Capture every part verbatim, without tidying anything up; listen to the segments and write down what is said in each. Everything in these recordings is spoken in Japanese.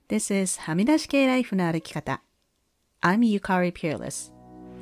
This is はみ出し系ライフの歩き方。I'm Yukari Peerless。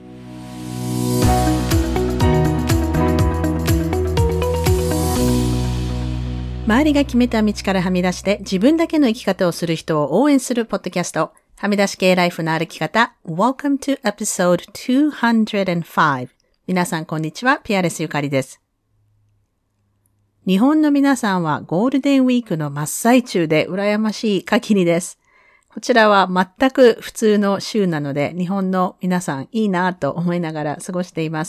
周りが決めた道からはみ出して自分だけの生き方をする人を応援するポッドキャスト。はみ出し系ライフの歩き方。Welcome to episode two hundred five。皆さんこんにちは。ピアレスゆかりです。日本の皆さんはゴールデンウィークの真っ最中で羨ましい限りです。こちらは全く普通の週なので、日本の皆さんいいなぁと思いながら過ごしています。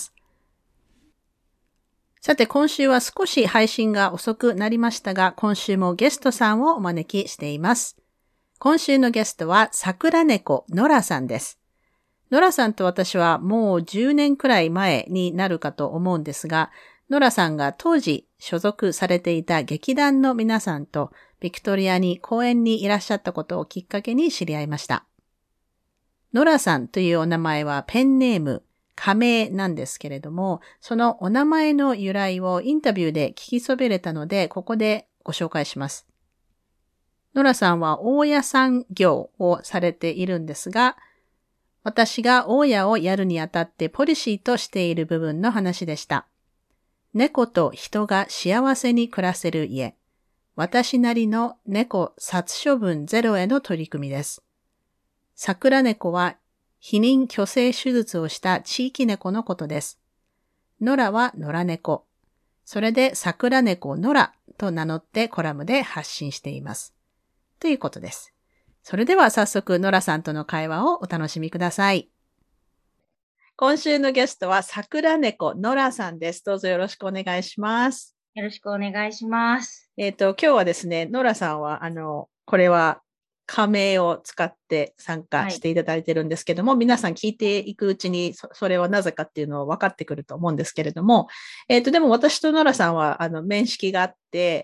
さて今週は少し配信が遅くなりましたが、今週もゲストさんをお招きしています。今週のゲストは桜猫ノラさんです。ノラさんと私はもうじゅうねんくらい前になるかと思うんですが、ノラさんが当時所属されていた劇団の皆さんとビクトリアに公演にいらっしゃったことをきっかけに知り合いました。ノラさんというお名前はペンネーム、仮名なんですけれども、そのお名前の由来をインタビューで聞きそびれたので、ここでご紹介します。ノラさんは大家さん業をされているんですが、私が大家をやるにあたってポリシーとしている部分の話でした。猫と人が幸せに暮らせる家。私なりの猫殺処分ゼロへの取り組みです。桜猫は避妊去勢手術をした地域猫のことです。ノラは野良猫。それで桜猫ノラと名乗ってコラムで発信しています。ということです。それでは早速ノラさんとの会話をお楽しみください。今週のゲストは桜猫ノラさんです。どうぞよろしくお願いします。 よろしくお願いします。 えっと、今日はですね、ノラさんは、あの、これは仮名を使って参加していただいてるんですけども、はい、皆さん聞いていくうちにそ、それはなぜかっていうのは分かってくると思うんですけれども、えっと、でも私とノラさんは、あの、面識があって、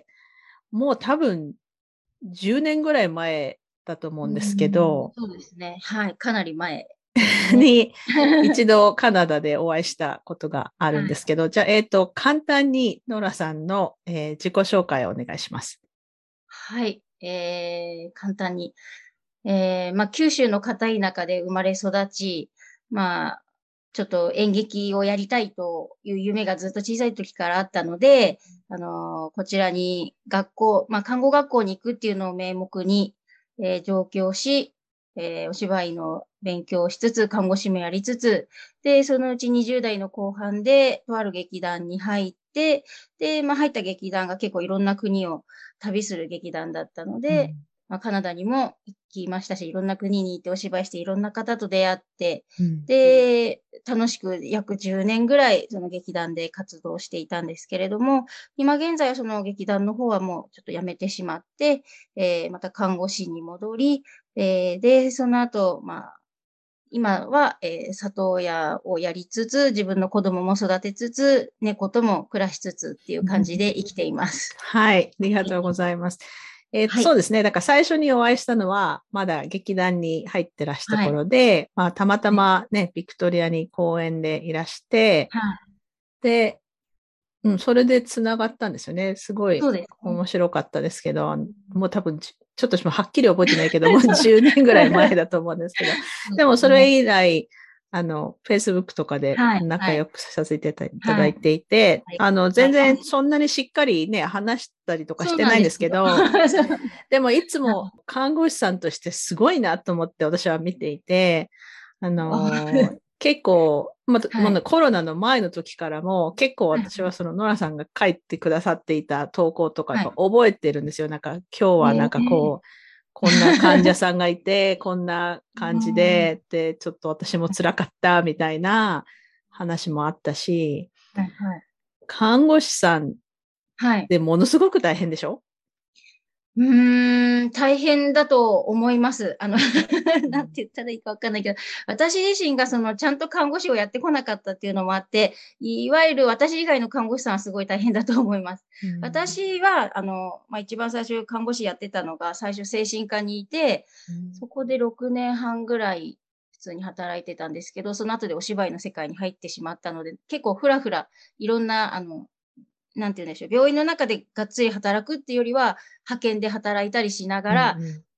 もう多分じゅうねんぐらい前だと思うんですけど、 そうですね。はい、かなり前。 に一度カナダでお会いしたことがあるんですけど、はい、じゃあ、えっと、簡単にノラさんの、えー、自己紹介をお願いします。 はい、えー、簡単に。えー、まあ、九州の片田舎で生まれ育ち、まあ、ちょっと演劇をやりたいという夢がずっと小さい時からあったので、あのー、こちらに学校、まあ、看護学校に行くっていうのを名目に、えー、上京し、えー、お芝居の勉強をしつつ、看護師もやりつつ、で、そのうちにじゅう代の後半で、とある劇団に入って、で、まあ、入った劇団が結構いろんな国を旅する劇団だったので、うんまあ、カナダにも行きましたし、いろんな国に行ってお芝居していろんな方と出会って、うん、で、楽しく約じゅうねんぐらいその劇団で活動していたんですけれども、今現在はその劇団の方はもうちょっと辞めてしまって、えー、また看護師に戻り、えー、で、その後、まあ、今は、えー、里親をやりつつ、自分の子供も育てつつ、猫とも暮らしつつっていう感じで生きています。 はい、ありがとうございます。えーはい、そうですね。だから最初にお会いしたのは、まだ劇団に入ってらした頃で、はい、まあ、たまたまね、ビクトリアに公演でいらして、はい、で、うん、それで繋がったんですよね。すごい面白かったですけど、ね、もう多分、ちょっとはっきり覚えてないけども、じゅうねんぐらい前だと思うんですけど、でもそれ以来、あの、Facebook とかで仲良くさせていただいていて、はいはい、あの、全然そんなにしっかりね、話したりとかしてないんですけど、でもいつも看護師さんとしてすごいなと思って私は見ていて、あの、結構、まあ、はい、コロナの前の時からも結構私はそのノラさんが書いてくださっていた投稿とかやっぱ覚えてるんですよ。はい、なんか今日はなんかこう、こんな患者さんがいて、こんな感じで、で、ちょっと私も辛かったみたいな話もあったし、はいはい、看護師さんでものすごく大変でしょ？ うーん、大変だと思います。あの、なんて言ったらいいかわかんないけど、私自身がその、ちゃんと看護師をやってこなかったっていうのもあって、いわゆる私以外の看護師さんはすごい大変だと思います。うん、私は、あの、まあ、一番最初看護師やってたのが、最初精神科にいて、うん、そこでろくねんはんぐらい普通に働いてたんですけど、その後でお芝居の世界に入ってしまったので、結構ふらふら、いろんな、あの、なんて言うんでしょう。病院の中でがっつり働くっていうよりは、派遣で働いたりしながら、うんうん、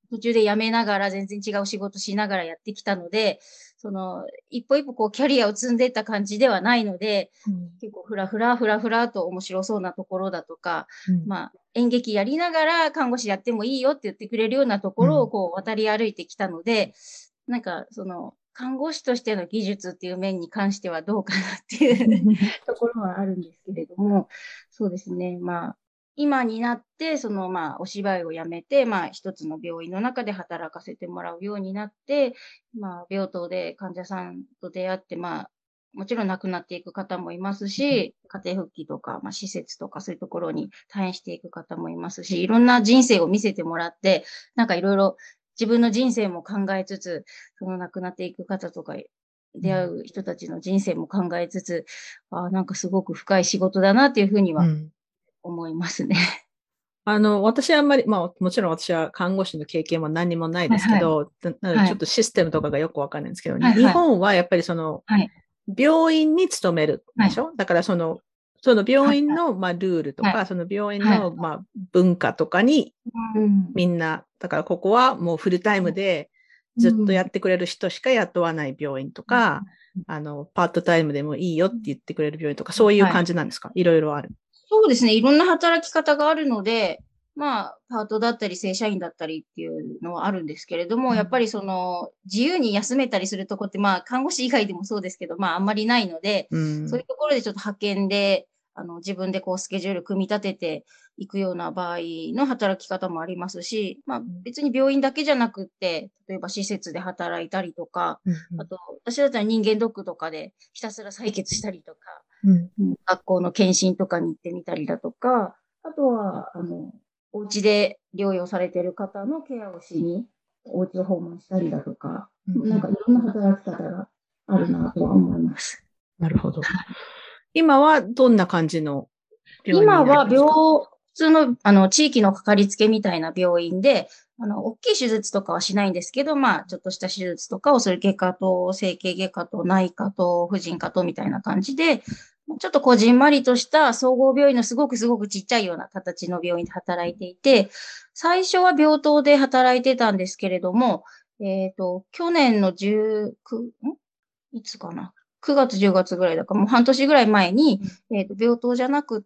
途中で辞めながら全然違う仕事しながらやってきたので、その、一歩一歩こうキャリアを積んでいった感じではないので、うん、結構ふらふらふらふらと面白そうなところだとか、うん、まあ、演劇やりながら看護師やってもいいよって言ってくれるようなところをこう渡り歩いてきたので、うん、なんかその、看護師としての技術っていう面に関してはどうかなっていうところはあるんですけれども、そうですね。まあ、今になって、その、まあ、お芝居をやめて、まあ、一つの病院の中で働かせてもらうようになって、まあ、病棟で患者さんと出会って、まあ、もちろん亡くなっていく方もいますし、家庭復帰とか、まあ、施設とかそういうところに退院していく方もいますし、いろんな人生を見せてもらって、なんかいろいろ自分の人生も考えつつ、その亡くなっていく方とか、出会う人たちの人生も考えつつ、ああ、なんかすごく深い仕事だなっていうふうには、うん思いますね。 あの、私はあんまり、まあ、もちろん私は看護師の経験も何もないですけど、はいはい、ちょっとシステムとかがよくわかんないんですけど、はいはい、日本はやっぱりその、はい、病院に勤めるでしょ、はい、だからその、その病院の、まあ、ルールとか、はい、その病院の、まあ、文化とかに、みんな、だからここはもうフルタイムでずっとやってくれる人しか雇わない病院とか、あの、パートタイムでもいいよって言ってくれる病院とか、そういう感じなんですか？はい、いろいろある。 そうですね。いろんな働き方があるので、まあ、パートだったり正社員だったりっていうのはあるんですけれども、やっぱりその、自由に休めたりするとこって、まあ、看護師以外でもそうですけど、まあ、あんまりないので、うん、そういうところでちょっと派遣で、あの、自分でこう、スケジュール組み立てていくような場合の働き方もありますし、まあ、別に病院だけじゃなくって、例えば施設で働いたりとか、うんうん、あと、私だったら人間ドックとかでひたすら採血したりとか、うん、学校の検診とかに行ってみたりだとか、あとは、あの、お家で療養されている方のケアをしに、お家を訪問したりだとか、うん、なんかいろんな働き方があるなとは思います。 なるほど。今はどんな感じの病院になるんですか？今は病、普通の、あの、地域のかかりつけみたいな病院で、あの、大きい手術とかはしないんですけど、まあ、ちょっとした手術とかをする外科と、整形外科と、内科と、婦人科とみたいな感じで、ちょっとこじんまりとした総合病院のすごくすごくちっちゃいような形の病院で働いていて、最初は病棟で働いてたんですけれども、えっと、去年のじゅうく、んいつかなくがつじゅうがつぐらいだから、もう半年ぐらい前に、えっと、病棟じゃなくって、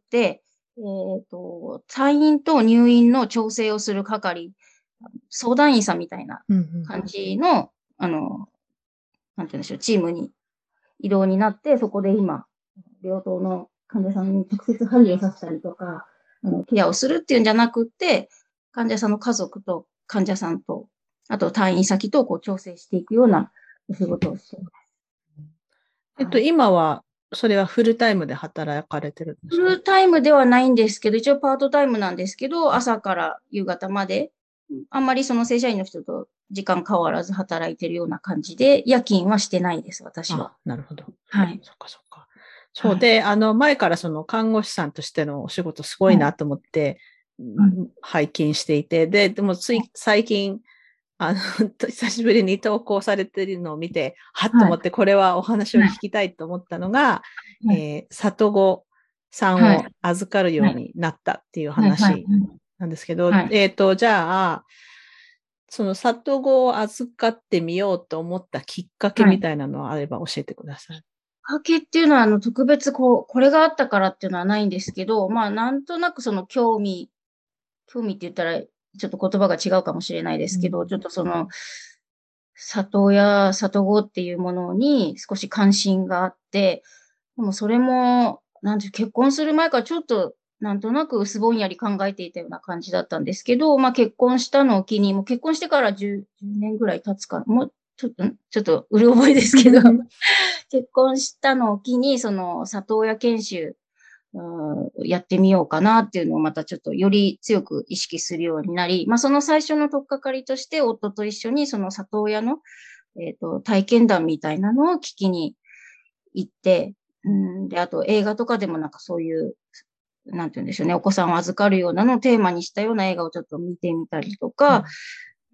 えっと、退院と入院の調整をする係、相談員さんみたいな感じの、うんうん、あの、なんて言うんでしょう、チームに異動になって、そこで今、病棟の患者さんに直接針を刺したりとか、あのケアをするっていうんじゃなくって、患者さんの家族と患者さんと、あと退院先とこう調整していくようなお仕事をしています。 えっと、今は、それはフルタイムで働かれてるんですか？ フルタイムではないんですけど、一応パートタイムなんですけど、朝から夕方まで、あんまりその正社員の人と時間変わらず働いてるような感じで、夜勤はしてないです、私は。 あ、なるほど。 はい。 そっかそっか。そうで、はい、あの、前からその看護師さんとしてのお仕事すごいなと思って、はい、拝見していて、で、でもつい最近、あの、久しぶりに投稿されているのを見て、はっと思って、これはお話を聞きたいと思ったのが、はい、えー、里子さんを預かるようになったっていう話なんですけど、えっと、じゃあ、その里子を預かってみようと思ったきっかけみたいなのがあれば教えてください。 きっかけっていうのは、あの、特別こう、これがあったからっていうのはないんですけど、まあ、なんとなくその興味、興味って言ったら、ちょっと言葉が違うかもしれないですけど、うん、ちょっとその、里親、里子っていうものに少し関心があって、でもそれも、なんて結婚する前からちょっと、なんとなく薄ぼんやり考えていたような感じだったんですけど、まあ結婚したのを機に、もう結婚してからじゅうねんぐらい経つか、もうちょっと、ちょっとうる覚えですけど、結婚したのを機に、その里親研修、うん、やってみようかなっていうのをまたちょっとより強く意識するようになり、まあその最初の取っかかりとして夫と一緒にその里親の、えっと、体験談みたいなのを聞きに行って、うん、で、あと映画とかでもなんかそういう、なんて言うんでしょうね、お子さんを預かるようなのをテーマにしたような映画をちょっと見てみたりとか、うん、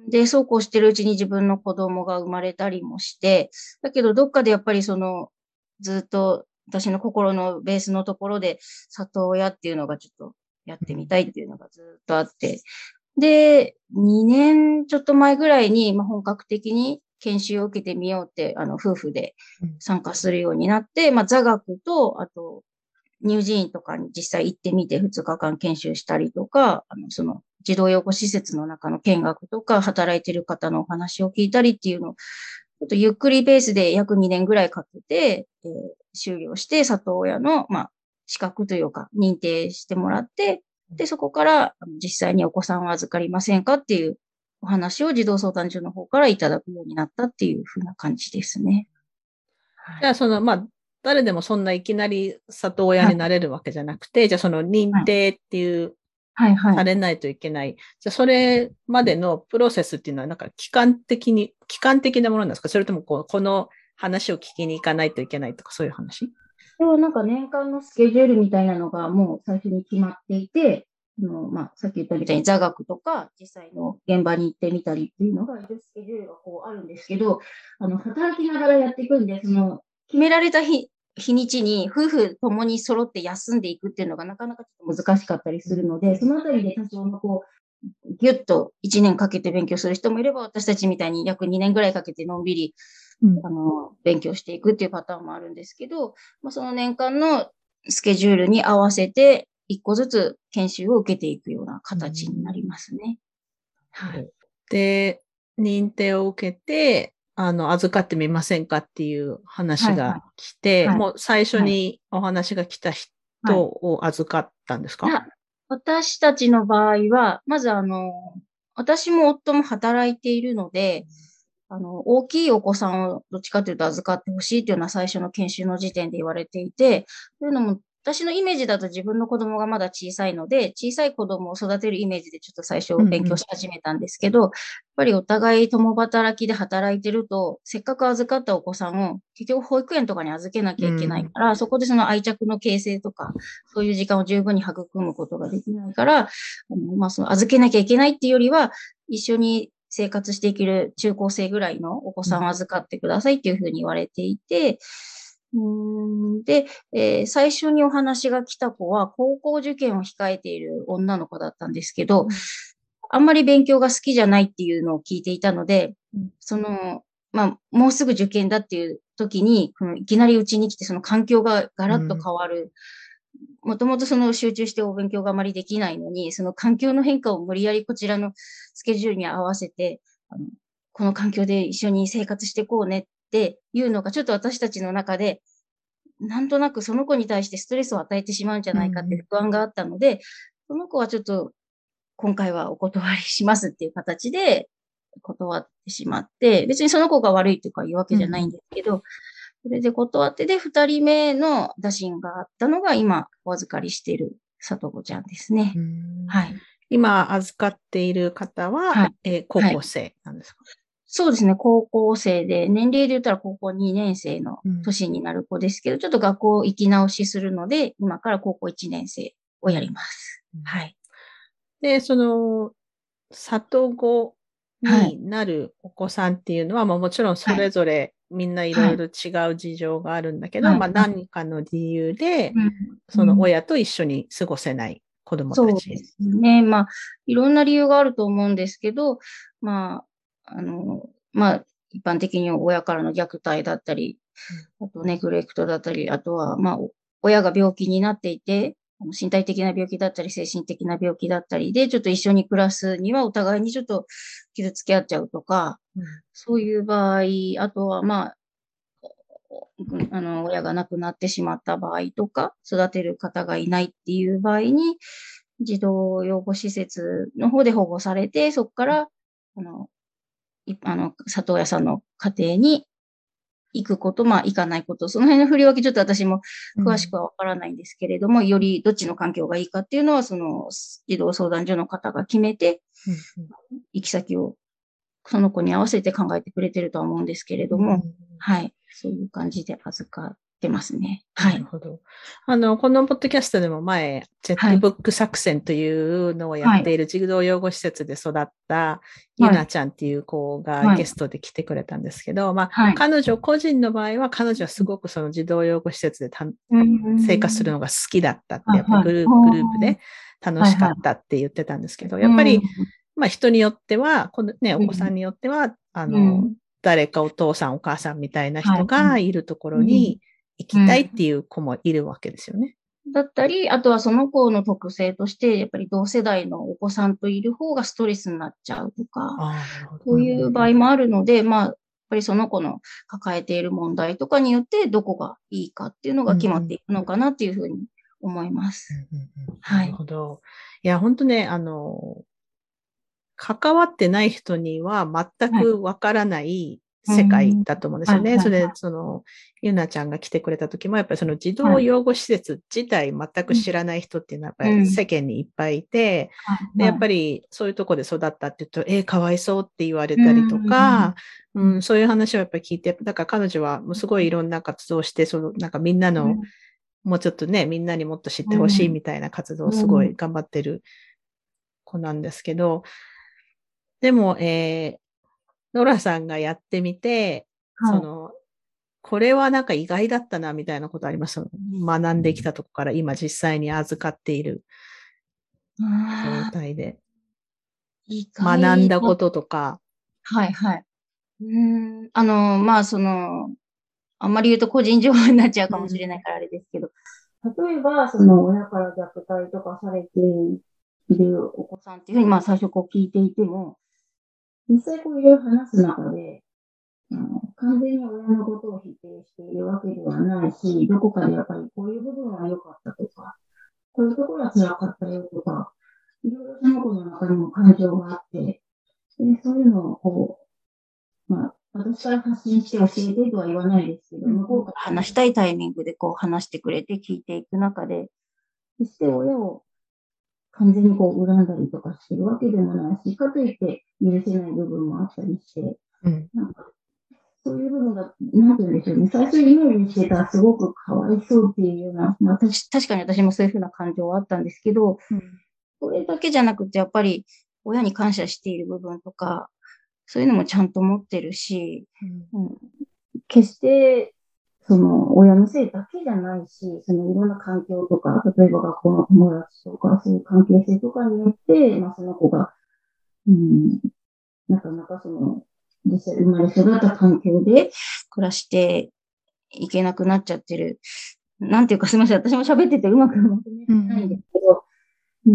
で、そうこうしてるうちに自分の子供が生まれたりもして、だけどどっかでやっぱりその、ずっと私の心のベースのところで、里親っていうのがちょっとやってみたいっていうのがずっとあって、 で、にねんちょっと前ぐらいに、まあ、本格的に研修を受けてみようって、あの、夫婦で参加するようになって、まあ、座学と、あと、乳児院とかに実際行ってみてふつかかん研修したりとか、あの、その、児童養護施設の中の見学とか、働いてる方のお話を聞いたりっていうのを、ちょっとゆっくりペースで約にねんぐらいかけて、えー、修了して、里親の、まあ、資格というか、認定してもらって、で、そこから、実際にお子さんを預かりませんかっていうお話を児童相談所の方からいただくようになったっていうふうな感じですね。 はい、じゃあ、その、まあ、誰でもそんないきなり里親になれるわけじゃなくて、はい、じゃあその認定っていう、はいはい、されないといけない。じゃあそれまでのプロセスっていうのはなんか期間的に、期間的なものなんですか？それともこう、この話を聞きに行かないといけないとかそういう話？ ではなんか年間のスケジュールみたいなのがもう最初に決まっていて、あのまあ、さっき言ったみたいに座学とか実際の現場に行ってみたりっていうのが、スケジュールがこうあるんですけど、あの働きながらやっていくんで、その決められた日、日にちに夫婦ともに揃って休んでいくっていうのがなかなかちょっと難しかったりするので、そのあたりで多少のこう、ぎゅっといちねんかけて勉強する人もいれば、私たちみたいに約にねんぐらいかけてのんびり、うん、あの勉強していくっていうパターンもあるんですけど、まあ、その年間のスケジュールに合わせて一個ずつ研修を受けていくような形になりますね。 うん、はい。で、認定を受けて、あの、預かってみませんかっていう話が来て、はいはい、もう最初にお話が来た人を預かったんですか？ はいはい、私たちの場合は、まずあの、私も夫も働いているので、あの、大きいお子さんをどっちかというと預かってほしいというのは最初の研修の時点で言われていて、というのも、私のイメージだと自分の子供がまだ小さいので、小さい子供を育てるイメージでちょっと最初勉強し始めたんですけど、うんうん、やっぱりお互い共働きで働いてると、せっかく預かったお子さんを結局保育園とかに預けなきゃいけないから、うん、そこでその愛着の形成とか、そういう時間を十分に育むことができないから、あのまあ、その預けなきゃいけないっていうよりは、一緒に生活していける中高生ぐらいのお子さんを預かってくださいっていうふうに言われていて、うんで、えー、最初にお話が来た子は高校受験を控えている女の子だったんですけど、うん、あんまり勉強が好きじゃないっていうのを聞いていたので、うん、その、まあ、もうすぐ受験だっていう時に、いきなりうちに来てその環境がガラッと変わる。もともとその集中してお勉強があまりできないのに、その環境の変化を無理やりこちらのスケジュールに合わせて、あのこの環境で一緒に生活していこうねっていうのが、ちょっと私たちの中で、なんとなくその子に対してストレスを与えてしまうんじゃないかって不安があったので、うん、その子はちょっと今回はお断りしますっていう形で断ってしまって、別にその子が悪いとかいうわけじゃないんですけど、うん、それで断ってで、二人目の打診があったのが今お預かりしている里子ちゃんですね。はい。 今預かっている方は、はい、えー、高校生なんですか？はい、 そうですね。高校生で、年齢で言ったら高校にねん生の年になる子ですけど、うん、ちょっと学校行き直しするので、今から高校いちねん生をやります。うん、はい。 で、その、里子になるお子さんっていうのは、はい、まあ、もちろんそれぞれみんないろいろ違う事情があるんだけど、はい、まあ何かの理由で、はい、その親と一緒に過ごせない子供たち。 そうですね。まあ、いろんな理由があると思うんですけど、まあ、あの、まあ、一般的に親からの虐待だったり、あとネグレクトだったり、あとは、まあ、親が病気になっていて、身体的な病気だったり、精神的な病気だったりで、ちょっと一緒に暮らすにはお互いにちょっと傷つけ合っちゃうとか、うん、そういう場合、あとは、まあ、あの、親が亡くなってしまった場合とか、育てる方がいないっていう場合に、児童養護施設の方で保護されて、そこから、あの、あの、里親さんの家庭に行くこと、まあ、行かないこと、その辺の振り分けちょっと私も詳しくはわからないんですけれども、うん、よりどっちの環境がいいかっていうのは、その、児童相談所の方が決めて、うん、行き先をその子に合わせて考えてくれてるとは思うんですけれども、うん、はい。そういう感じで預かってますね。はい。 なるほど。あの、このポッドキャストでも前、チェックブック作戦というのをやっている児童養護施設で育ったゆなちゃんっていう子がゲストで来てくれたんですけど、はい、まあ、はい、彼女個人の場合は、彼女はすごくその児童養護施設でた生活するのが好きだったって、やっぱりグループ、グループで楽しかったって言ってたんですけど、やっぱり、 まあ人によっては、このね、おうん。 子さんによっては、あうの、 ん。 誰かお父さんお母さんみたいな人はい。 がいるところうん。 に行きうん。 たいっていう子もいるわけですよね。 だったり、あとはその子の特性として、やっぱり同世代のお子さんといる方がストレスになっちゃうとか、 ああ、なるほど。 そういう場合もあるので、まあ、やっぱりその子の抱えている問題とかによってどこがいいかっていうのが決まっていくのかなっていうふうに思います。 うんうんうん、なるはい。 ほど。いや、本当ね、あの、関わってない人には全はい。 くわからない世界うん。 だと思うんですはい、 よね。 はい、 それ、その、ゆなちゃんが来てくれた時も、やっぱりその児童はい。 養護施設自体全くうん。 知らない人っていうのはやっぱりうん。 世間にいっぱいいて、 はい、 で、やっはい。 ぱりそういうとこで育ったって言うと、えー、かわいそうって言われうたりとん。 か、うん、そういう話をやっぱり聞いて、だから彼女はもうすごいいろんな活動をして、その、なんかみんなの、 うん。 もうちょっとね、みんなにもっと知ってほしいうん。 みたいな活動をすうん。 ごい頑張ってる子なんですけど、でも、えー、ノラさんがやってみて、そはい。 の、これはなんか意外だったな、みたいなことあります？学んできたとこから今実際に預かっている状ああ、 態で。 意学ん外だ。 だこととか。 はい、はい。うーん。あの、まあ、その、あんまり言うと個人情報になっちゃうかもしれないからあれですけど、例えば、その親から虐待とかされているお子さんっていうふうに、まあ最初こう聞いていても、実際こういろいろ話す中で、あの完全に親のことを否定しているわけではないし、どこかでやっぱりこういう部分は良かったとか、こういうところは辛かったよとか、いろいろその子の中にも感情があって、でそういうのをこう、まあ、私から発信して教えてとは言わないですけど、向こうから話したいタイミングでこう話してくれて聞いていく中で、決して親を完全にこう恨んだりとかしてるわけでもないし、かといって許せない部分もあったりして、 うん。 なんかそういう部分が、なんて言うんでしょうね、最初イメージしてたすごくかわいそうっていうような、まあ、私確かに私もそういうふうな感情はあったんですけど、 うん。 それだけじゃなくて、やっぱり親に感謝している部分とか、そういうのもちゃんと持ってるし、うん、決してその親のせいだけじゃないし、そのいろんな環境とか、例えば学校の友達とか、そういう関係性とかによって、まあ、その子が、うん、なかなかその、実際生まれ育った環境で暮らしていけなくなっちゃってる。なんていうかすみません。私も喋っててうまくまとめられないんですけど、うん、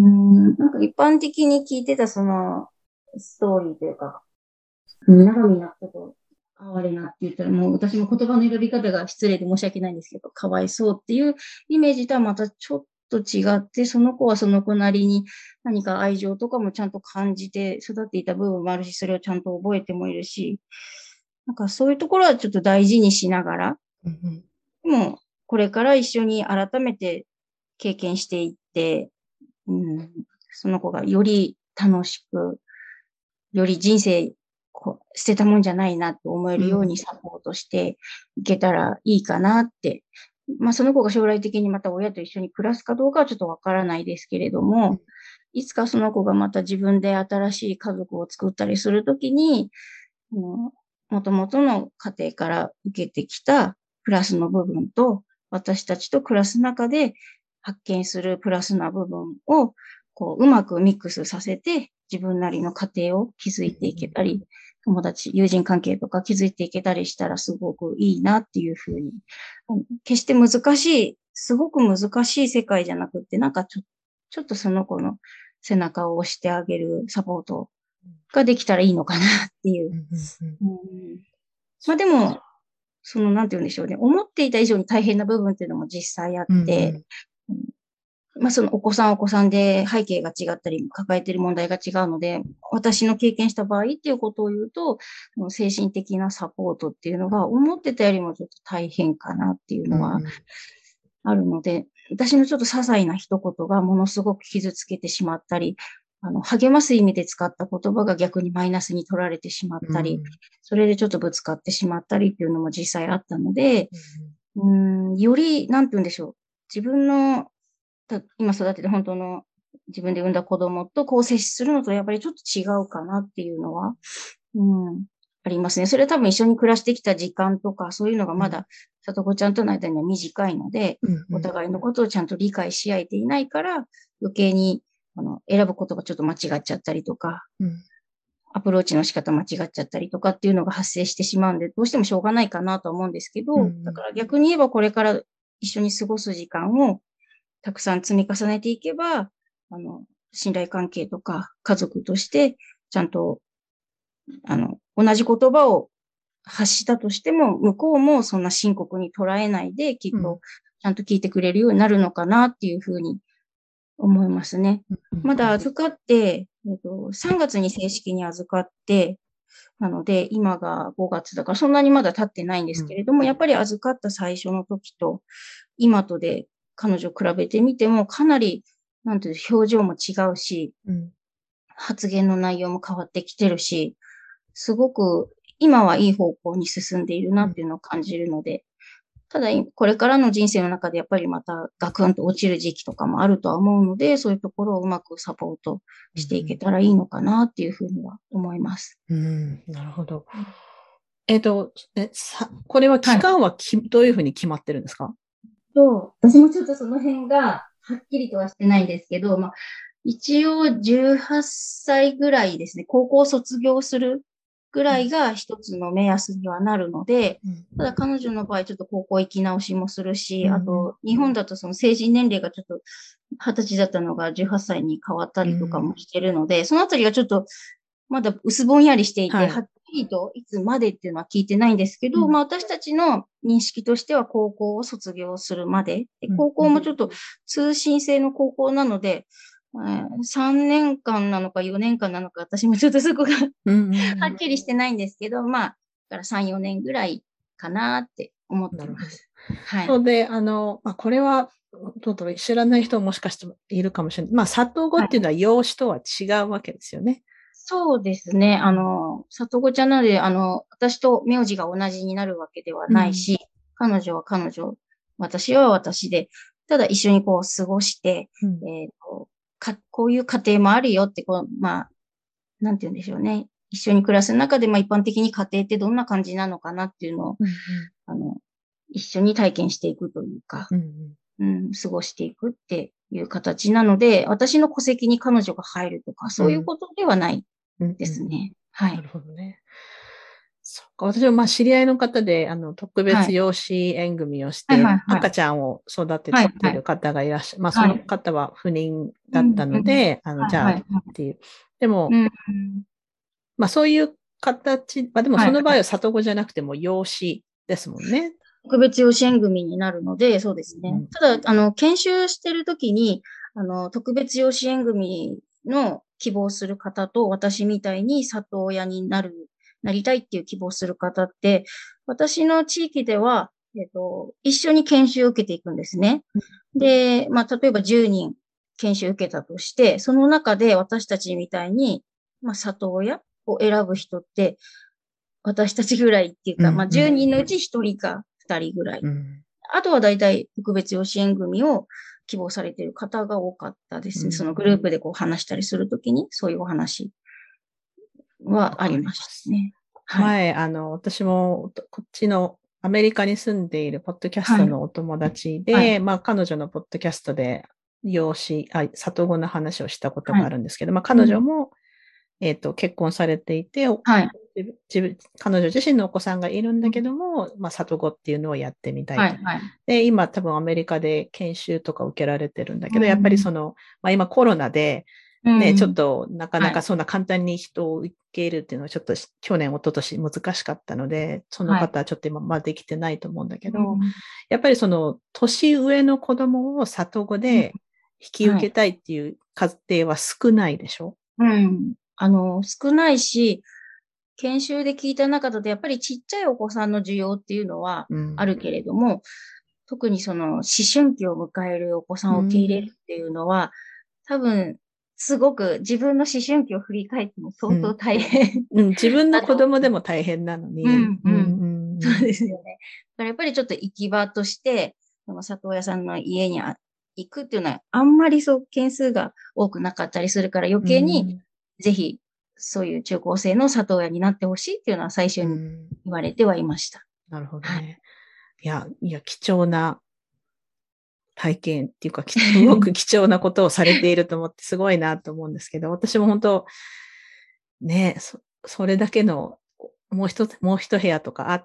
なんか一般的に聞いてたそのストーリーというか、中身になったと哀れなって言ったら、もう私も言葉の選び方が失礼で申し訳ないんですけど、かわいそうっていうイメージとはまたちょっと違って、その子はその子なりに何か愛情とかもちゃんと感じて育っていた部分もあるし、それをちゃんと覚えてもいるし、なんかそういうところはちょっと大事にしながら、 うんでもこれから一緒に改めて経験していって、うん、その子がより楽しく、より人生こう捨てたもんじゃないなと思えるようにサポートしていけたらいいかなって。まあその子が将来的にまた親と一緒に暮らすかどうかはちょっとわからないですけれども、いつかその子がまた自分で新しい家族を作ったりするときに、もともとの家庭から受けてきたプラスの部分と、私たちと暮らす中で発見するプラスな部分を、こう、うまくミックスさせて、自分なりの家庭を築いていけたり、友達、友人関係とか築いていけたりしたらすごくいいなっていうふうに。決して難しい、すごく難しい世界じゃなくって、なんかちょちょっとその子の背中を押してあげるサポートができたらいいのかなっていう。うん、まあでも、その、なんて言うんでしょうね。思っていた以上に大変な部分っていうのも実際あって、うん、まあそのお子さんお子さんで背景が違ったり、抱えている問題が違うので、私の経験した場合っていうことを言うと、精神的なサポートっていうのが思ってたよりもちょっと大変かなっていうのはあるので、私のちょっと些細な一言がものすごく傷つけてしまったり、あの、励ます意味で使った言葉が逆にマイナスに取られてしまったり、それでちょっとぶつかってしまったりっていうのも実際あったので、うん、より、なんて言うんでしょう。自分の、今育てて本当の自分で産んだ子供とこう接するのとやっぱりちょっと違うかなっていうのは、うん、ありますね。それは多分一緒に暮らしてきた時間とか、そういうのがまだ、さとこちゃんとの間には短いので、お互いのことをちゃんと理解し合えていないから、余計にあの、選ぶことがちょっと間違っちゃったりとか、 うん、 アプローチの仕方間違っちゃったりとかっていうのが発生してしまうんで、どうしてもしょうがないかなと思うんですけど、 うん、 だから逆に言えばこれから一緒に過ごす時間をたくさん積み重ねていけば、あの、信頼関係とか家族としてちゃんと、あの、同じ言葉を発したとしても、向こうもそんな深刻に捉えないで、きっうん、 とちゃんと聞いてくれるようになるのかなっていうふうに思いますね。 うん、 まだ預かって、えっと、さんがつに正式に預かって、なので、今がごがつだから、そんなにまだ経ってないんですけれども、やっぱり預かった最初の時と、今とで彼女を比べてみても、かなり、なんていう、表情も違うし、 うん、 発言の内容も変わってきてるし、すごく今はいい方向に進んでいるなっていうのを感じるので、ただ、これからの人生の中でやっぱりまたガクンと落ちる時期とかもあるとは思うので、そういうところをうまくサポートしていけたらいいのかなっていうふうには思います。 うん、なるほど。えっと、え、さ、これは期はい。 間はき、どういうふうに決まってるんですか？ と、私もちょっとその辺がはっきりとはしてないんですけど、まあ、一応じゅうはっさいぐらいですね、高校を卒業するぐらいが一つの目安にはなるので、 うん、 ただ彼女の場合ちょっと高校行き直しもするし、 うん、 あと日本だとその成人年齢がちょっとはたちだったのがじゅうはっさいに変わったりとかうん、 もしてるので、そのあたりがちょっとまだ薄ぼんやりしていて、 はい。 はっきりといつまでっていうのは聞いてないんですけど、 うん、 まあ私たちの認識としては高校を卒業するまで、でうん、 高校もちょっと通信制の高校なので、えーさんねんかんなのかよねんかんなのか、私もちょっとそこがうん、 はっきりしてないんですけど、まあ、だからさん、よねんぐらいかなって思っなるほど。 てます。はい。 そうで、あの、まあ、これは、ちょっと知らない人ももしかしているかもしれない。まあ、里子はい。 っていうのは養子とは違うわけですよね。 そうですね。あうん、 の、里子ちゃんなので、あの、私と名字が同じになるわけではうん、 ないし、彼女は彼女、私は私で、ただ一緒にこう過ごして、 うん、 えっと、か、こういう家庭もあるよって、こう、まあ、なんて言うんでしょうね。一緒に暮らす中で、まあ一般的に家庭ってどんな感じなのかなっていうのを、 うん、 あの、一緒に体験していくというか、 うん、 うん、過ごしていくっていう形なので、私の戸籍に彼女が入るとか、 うん、 そういうことではないうん、うん、うん。 ですね。はなるい。 ほどね。そっか。私はまあ知り合いの方で、あの、特はい。 別養子縁組をしはい、 て、 はい、はい。 赤ちゃんを育てはい、はい。 てる方がいらっしゃる。まあ、そのはい。 方は不妊うん、 だったうん。 ので、あの、 はい、 じゃあっはい、はい。 ていう。でも、 うん、 まあ、そういう形、まあ、でもはい、 その場合ははい。 里子じゃなくても養子ですもんね。 特別養子縁組になるので、そうですね。 うん。 ただ、あの、研修してるときに、あの、特別養子縁組の希望する方と、私みたいに里親になる、なりたいっていう希望する方って、私の地域では、えっと、一緒に研修を受けていくんですね。で、まあ、例えばじゅうにん研修を受けたとして、その中で私たちみたいに、まあ、里親を選ぶ人って、私たちぐらいっていうか、まあ、 うん。う 10 ん。 人のうちひとりかふたりぐらい。 うん。 あとは大体特別養子縁組を希望されている方が多かったですね。そうん。 のグループでこう話したりするときに、そういうお話わかはありまります。 したね。はい。 前、あの、私もこっちのアメリカに住んでいるポッドキャスはい。 トのお友達はい。 で、まあ彼女のポッドキャストで養子、あ、里子の話をしたことがあはい。 るんですけど、まあ彼うん。 女も、えっと、結婚されていて、 はい。 自分、自分彼女自身のお子さんがいるんだけども、まあ里子っていうのをやってみたいと。 はい。はい。 で、今多分アメリカで研修とか受けられてるんだけど、やっぱりうん。 その、まあ今コロナで、ね、ちょっうん。 となかなはい。 かそんな簡単に人を受け入れるっていうのはちょっと去年、一昨年難しかったので、そのはい。 方はちょっと今まだできてないと思うんだけど、 うん。 やっぱりその年上の子供を里子うん。 で引きはい。 受けたいっていう家庭は少ないでしょ？ うん。あの、少ないし、研修で聞いた中だと、やっぱりちっちゃいお子さんの需要っていうのはうん。 あるけれども、特にその思春期を迎えるお子さうんを受け入れん。 るっていうのは、多分、すごく自分の思春期を振り返っても相当うん。 大変うん。自分のだと。 子供でも大変なのに。 うん、 うん。 うん。そううん。 ですよね。だからやっぱりちょっと行き場として、その里親さんの家にあ行くっていうのは、あんまりそう、件数が多くなかったりするから余う計に、 ん。 ぜひ、そういう中高生の里親になってほしいっていうのは最初にうん。 言われてはいました。 なるほどはい。 ね。いや、いや、貴重な体験っていうか、すごく貴重なことをされていると思ってすごいなと思うんですけど、私も本当、ね、そ、それだけの、もう一つ、もう一部屋とかあって、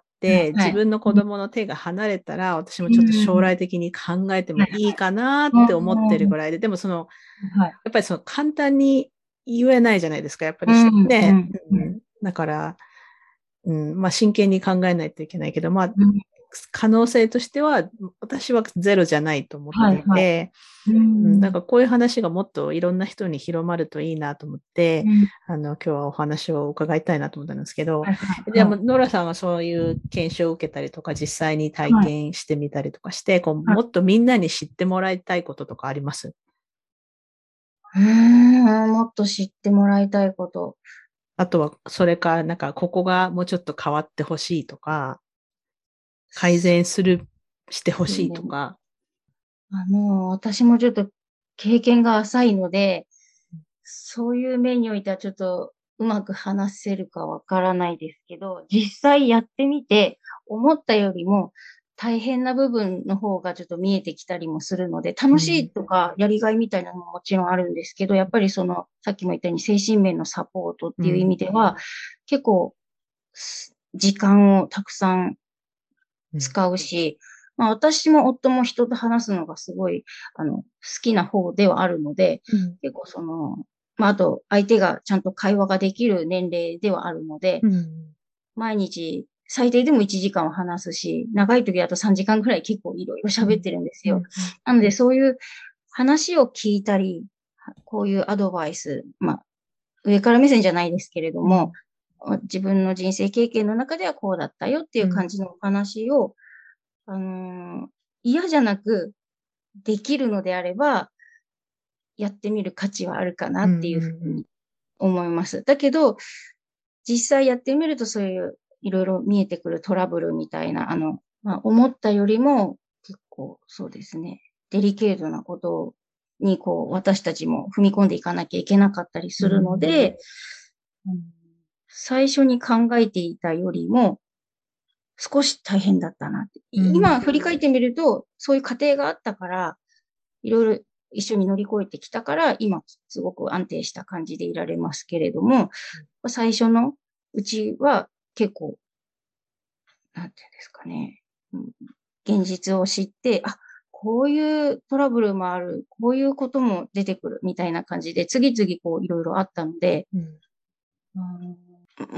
はい。 自分の子供の手が離れたら、私もちょっと将うん。 来的に考えてもはい。 いいかなって思ってるうん。 ぐらいで、でもその、 はい。 やっぱりその簡単に言えないじゃないですか、やっぱりひうん。うね。 ん。 うん、だから、うん、まあ真剣に考えないといけないけど、まあ、 うん。 可能性としては、私はゼロじゃないと思ってはい。はい。 いて、 ううん、なんん。 かこういう話がもっといろんな人に広まるといいなと思って、 うん。 あの、今日はお話を伺いたいなと思ったんですけど、 はい。はい。 でも、 はい。 ノラさんはそういう研修を受けたりとか、実際に体はい。 験してみたりとかして、こう、 はい。 もっとみんなに知ってもらいたいこととかあります？ うーん、もっと知ってもらいたいこと。 あとは、それか、なんか、ここがもうちょっと変わってほしいとか、改そ善する、してほしいうね。 とか。 あの、私もちょっと経験が浅いので、そういう面においてはちょっとうまく話せるかわからないですけど、実際やってみて思ったよりも大変な部分の方がちょっと見えてきたりもするので、楽しいうん。 とかやりがいみたいなのももちろんあるんですけど、やっぱりその、さっきも言ったように精神面のサポートっていう意うん。 味では、結構す時間をたくさんうん。 使うし、まあ私も夫も人と話すのがすごい、あの、好きな方ではあるので、 うん。 結構その、まああと相手がちゃんと会話ができる年齢ではあるので、 うん。 毎日最低でもいちじかんは話すし、長い時だとさんじかんくらい結構いろいろ喋ってるんですよ。 うん。うん。 なのでそういう話を聞いたり、こういうアドバイス、まあ上から目線じゃないですけれども、 うん。 自分の人生経験の中ではこうだったよっていうん。 う感じのお話を、あのー嫌じゃなくできるのであれば、やってみる価値はあるかなうん。 っていうふううん。 に思います。だけど、実際やってみるとそういういろいろ見えてくるトラブルみたいな、あの、まあ、思ったよりも結構そうですね、デリケートなことにこう私たちも踏み込んでいかなきゃいけなかったりするので、うん、最初に考えていたよりも少し大変だったなって。 うん。 今振り返ってみると、そういう過程があったから、いろいろ一緒に乗り越えてきたから、今すごく安定した感じでいられますけれども、最初のうちは結構、なんていうんですかね、うん、現実を知って、あ、こういうトラブルもある、こういうことも出てくるみたいな感じで、次々こういろいろあったので、 うん。 うん、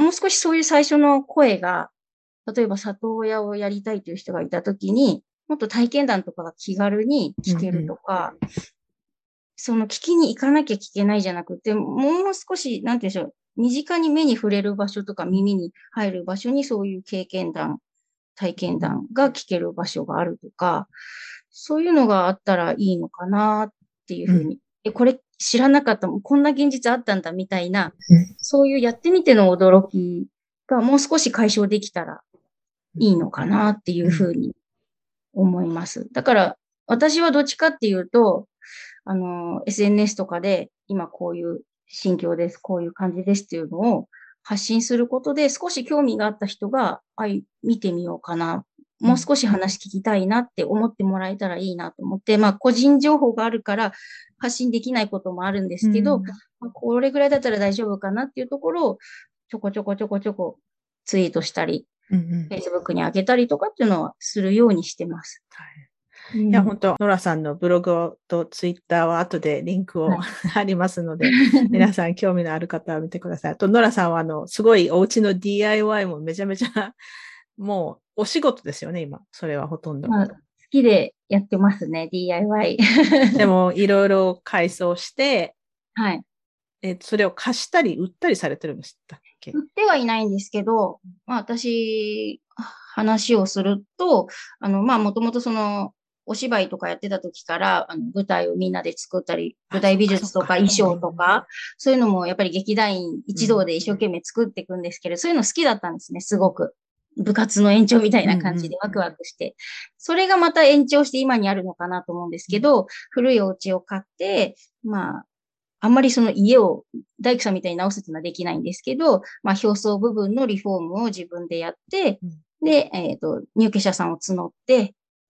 もう少しそういう最初の声が、例えば里親をやりたいという人がいたときに、もっと体験談とかが気軽にうん。 聞けるうん。 とか、その聞きに行かなきゃ聞けないじゃなくて、もう少し、なんて言うんでしょう、身近に目に触れる場所とか耳に入る場所にそういう経験談、体験談が聞ける場所があるとか、そういうのがあったらいいのかなっていううん。 ふうに。え、これ知らなかったもん、こんな現実あったんだみたいな、 うん。 そういうやってみての驚きがもう少し解消できたらいいのかなっていうふうに思います。だから、私はどっちかっていうと、あの、エスエヌエス とかで、今こういう心境です、こういう感じですっていうのを発信することで、少し興味があった人が、あい、見てみようかな。もう少し話聞きたいなって思ってもらえたらいいなと思って、まあ、個人情報があるから発信できないこともあるんですけど、 うん。 まあ、これぐらいだったら大丈夫かなっていうところを、ちょこちょこちょこちょこツイートしたり、 うん。うん。 Facebook に上げたりとかっていうのはするようにしてます。 はい。いや、 うん。 本当ノラさんのブログとツイッターは後でリンクをはい。 貼りますので、皆さん興味のある方は見てください。あと、ノラさんはあの、すごいお家の ディーアイワイ もめちゃめちゃ、もうお仕事ですよね、今。それはほとんど。 まあ、好きでやってますね、ディーアイワイ。 でも、いろいろ改装して、 はい。 え、それを貸したり売ったりされてるんでしたっけ？ 売ってはいないんですけど、まあ私、話をすると、あの、まあもともとその、お芝居とかやってた時から、あの、舞台をみんなで作ったり、舞あ、そっ台美かそっか。 術とか衣うん。 装とか、そういうのもやっぱり劇団員一同うん。 で一生懸命作っていくんですけど、そういうの好きだったんですね、すごく。部活の延長みたいうん。 なうん。 感じでワクワクして。それがまた延長して今にあるのかなと思うんですけど、古いお家を買って、まあ、あんまりその家を大工さんみたいに直すっていうのはできないんですけど、まあ表層部分のリフォームを自分でやって、 うん。 で、えっと、入居者さんを募って、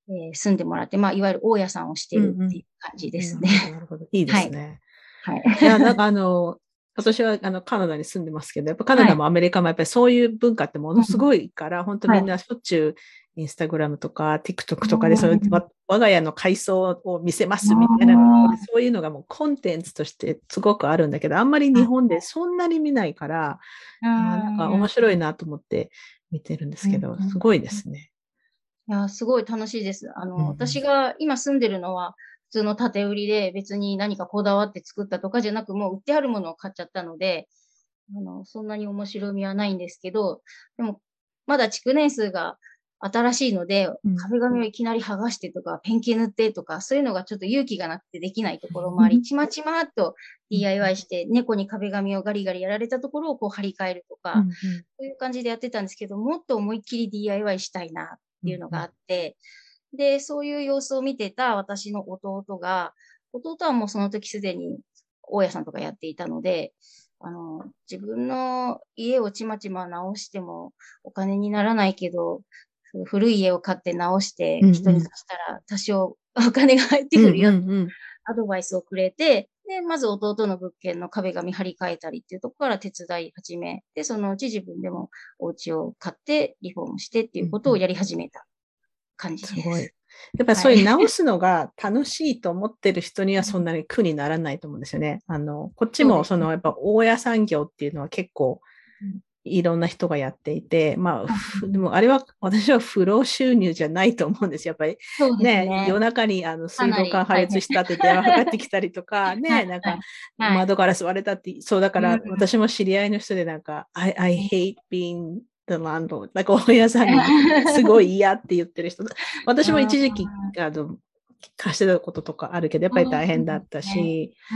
えー住んでもらって、まあ、いわゆる大家さんをしてるっていう感じですね。 うんうん、なるほど、なるほど。いいですね。 はい。 いや、なんかあの、私はあのカナダに住んでますけど、やっぱカナはい。 ダもアメリカもやっぱりそういう文化ってものすうん、 ごいから、本当みんはい。 なしょっちゅうインスタグラムとか TikTok うとかでそのん、 わ我が家の改装を見せまうすみたいな、 ん、 そういうのがもうコンテンツとしてすごくあるんだけど、あんまり日本でそんなに見ないから、 うあーなんかん、 面白いなと思って見てるんですうん、 けど、すごいですね。 いや、すごい楽しいです。あの、 うんうん、 私が今住んでるのは、普通の建て売りで別に何かこだわって作ったとかじゃなく、もう売ってあるものを買っちゃったので、あの、そんなに面白みはないんですけど、でも、まだ築年数が新しいので、 うん、 壁紙をいきなり剥がしてとか、ペンキ塗ってとか、そういうのがちょっと勇気がなくてできないところもあり、ちまちまっと ディーアイワイ して、猫に壁紙をガリガリやられたところをこう張り替えるとか、 うんうんそういう感じでやってたんですけど、もっと思いっきり ディーアイワイ したいなっていうのがあうんうんって、で、そういう様子を見てた私の弟が、弟はもうその時すでに大家さんとかやっていたので、あの、自分の家をちまちま直してもお金にならないけど、古い家を買って直して人にうんうん貸したら多少お金が入ってうんくるよってうんうん、 アドバイスをくれて、で、まず弟の物件の壁紙張り替えたりっていうところから手伝い始め、で、そのうち自分でもお家を買ってリフォームしてっていうことをやり始めた感じすごい。 です。 やっぱりはい。 そういう直すのが楽しいと思ってる人にはそんなに苦にならないと思うんですよね。あの、こっちそうですね。 もそのやっぱ大家産業っていうのは結構うん、 いろんな人がやっていて、まあ、 うふでん、 もあれは私は不労収入じゃないと思うんですよ。やっぱりそうですね、夜ね。 中にあのかな水道管破り大変。 裂したって電話かかってきたりとか、 はい、 ね、なんかはい、はい。 窓ガラス割れたって、そうだかうん、 ら私も知り合いの人でなんか、I, I hate being the landlord。なんか大家さんにすごい嫌って言ってる人。私も一時期、あの、貸してたこととかあるけど、やっぱり大変だったね。 し、 うん、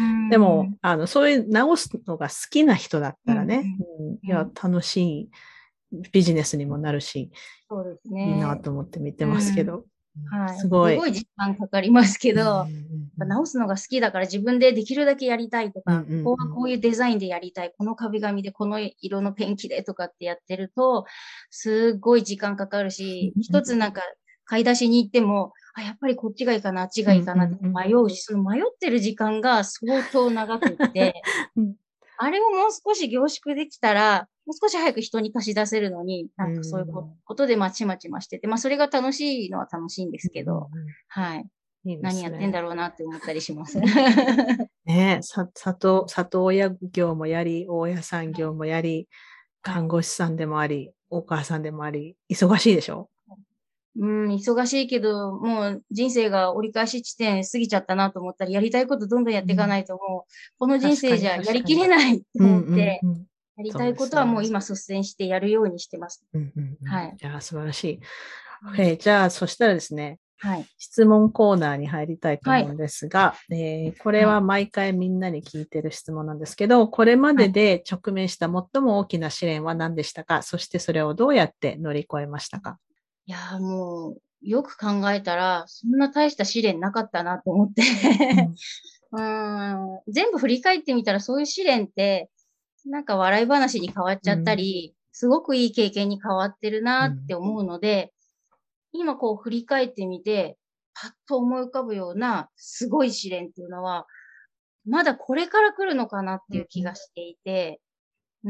でも、あの、そういう直すのが好きな人だっうん、 たらね、 うん、 うん、いや、 うん。 楽しいビジネスにもなるし、 そうですいいなね。 と思って見てうん。 ますけど、うん、 はい。 すごい。 すごい時間かかりますけうんうど、 ん直すのが好きだから自分でできるだけやりたいとうんうか、ここはんこういうデザインでやりたい、この壁紙でこの色のペンキでとかってやってると、すっごい時間かかるし、一つなんか買い出しに行っても、あ、やっぱりこっちがいいかな、あっちがうんういいかなってんうん迷うし、その迷ってる時間が相当長くって、 うんあれをもう少し凝縮できたら、もう少し早く人に貸し出せるのに、 うなんかそういうんことでまちまちましてて、まあそれが楽しいのは楽しいんですけど、 うんはい。 うん、いいで何やってんすね。 だろうなって思ったりします。 ねえ、さ、里、里親業もやり、大家さん業もやり、 はい。 看護師さんでもあり、お母さんでもあり、忙しいでしょ？ うん、忙しいけど、もう人生が折り返し地点過ぎちゃったなと思ったり、やりたいことどんどんやっていかうん、 ないともう、この人確かに生じゃやり確かに。 きれないってうん思って、 うんうん。 やりたそういことはもうですね。 今率先してやるようにしてます。 うんうんうん。いはい。 や、素晴らしい。 うん、 えーじゃあ、そしたらですね、 はい。 質問コーナーに入りたいとはい。 思うんですが、えーこれはい。 は毎回みんなに聞いてる質問なんですけど、これまはい。 でで直面した最も大きな試練は何でしたか？そしてそれをどうやって乗り越えましたか？ いやーもう、よく考えたら、そんな大した試練なかったなと思ってうんうーん、全部振り返ってみたら、そういう試練って、なんか笑い話に変わっちゃったうんり、すごくいい経験に変わってるなっうんて思うので、今こう振り返ってみて、パッと思い浮かぶようなすごい試練っていうのは、まだこれから来るのかなっていう気がしていて、うん。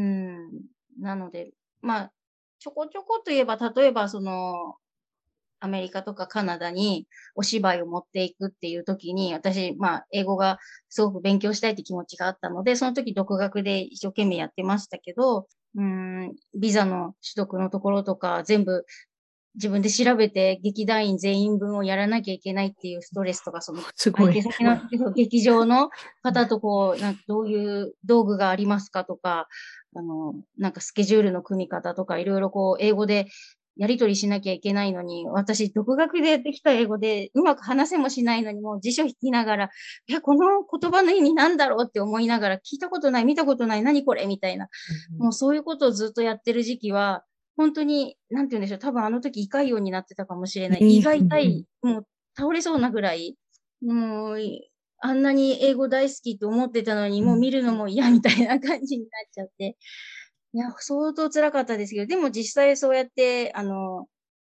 なので、まあ、ちょこちょこといえば、例えばその、アメリカとかカナダにお芝居を持っていくっていう時に、私、まあ、英語がすごく勉強したいって気持ちがあったので、その時独学で一生懸命やってましたけど、うーん、ビザの取得のところとか全部自分で調べて劇団員全員分をやらなきゃいけないっていうストレスとか、そのすごい。 相手先の劇場の方とこう、なんかどういう道具がありますかとか、あの、なんかスケジュールの組み方とか、いろいろこう、英語でやり取りしなきゃいけないのに、私、独学でやってきた英語でうまく話せもしないのに、もう辞書引きながら、いや、この言葉の意味なんだろうって思いながら、聞いたことない、見たことない、何これみたいな。もうそういうことをずっとやってる時期は、本当に、なんて言うんでしょう、多分あの時胃潰瘍になってたかもしれない。胃えーうんうんが痛い、もう倒れそうなぐらい、もう、あんなに英語大好きと思ってたのに、もう見るのも嫌みたいな感じになっちゃって。いや、相当辛かったですけど、でも実際そうやって、あの、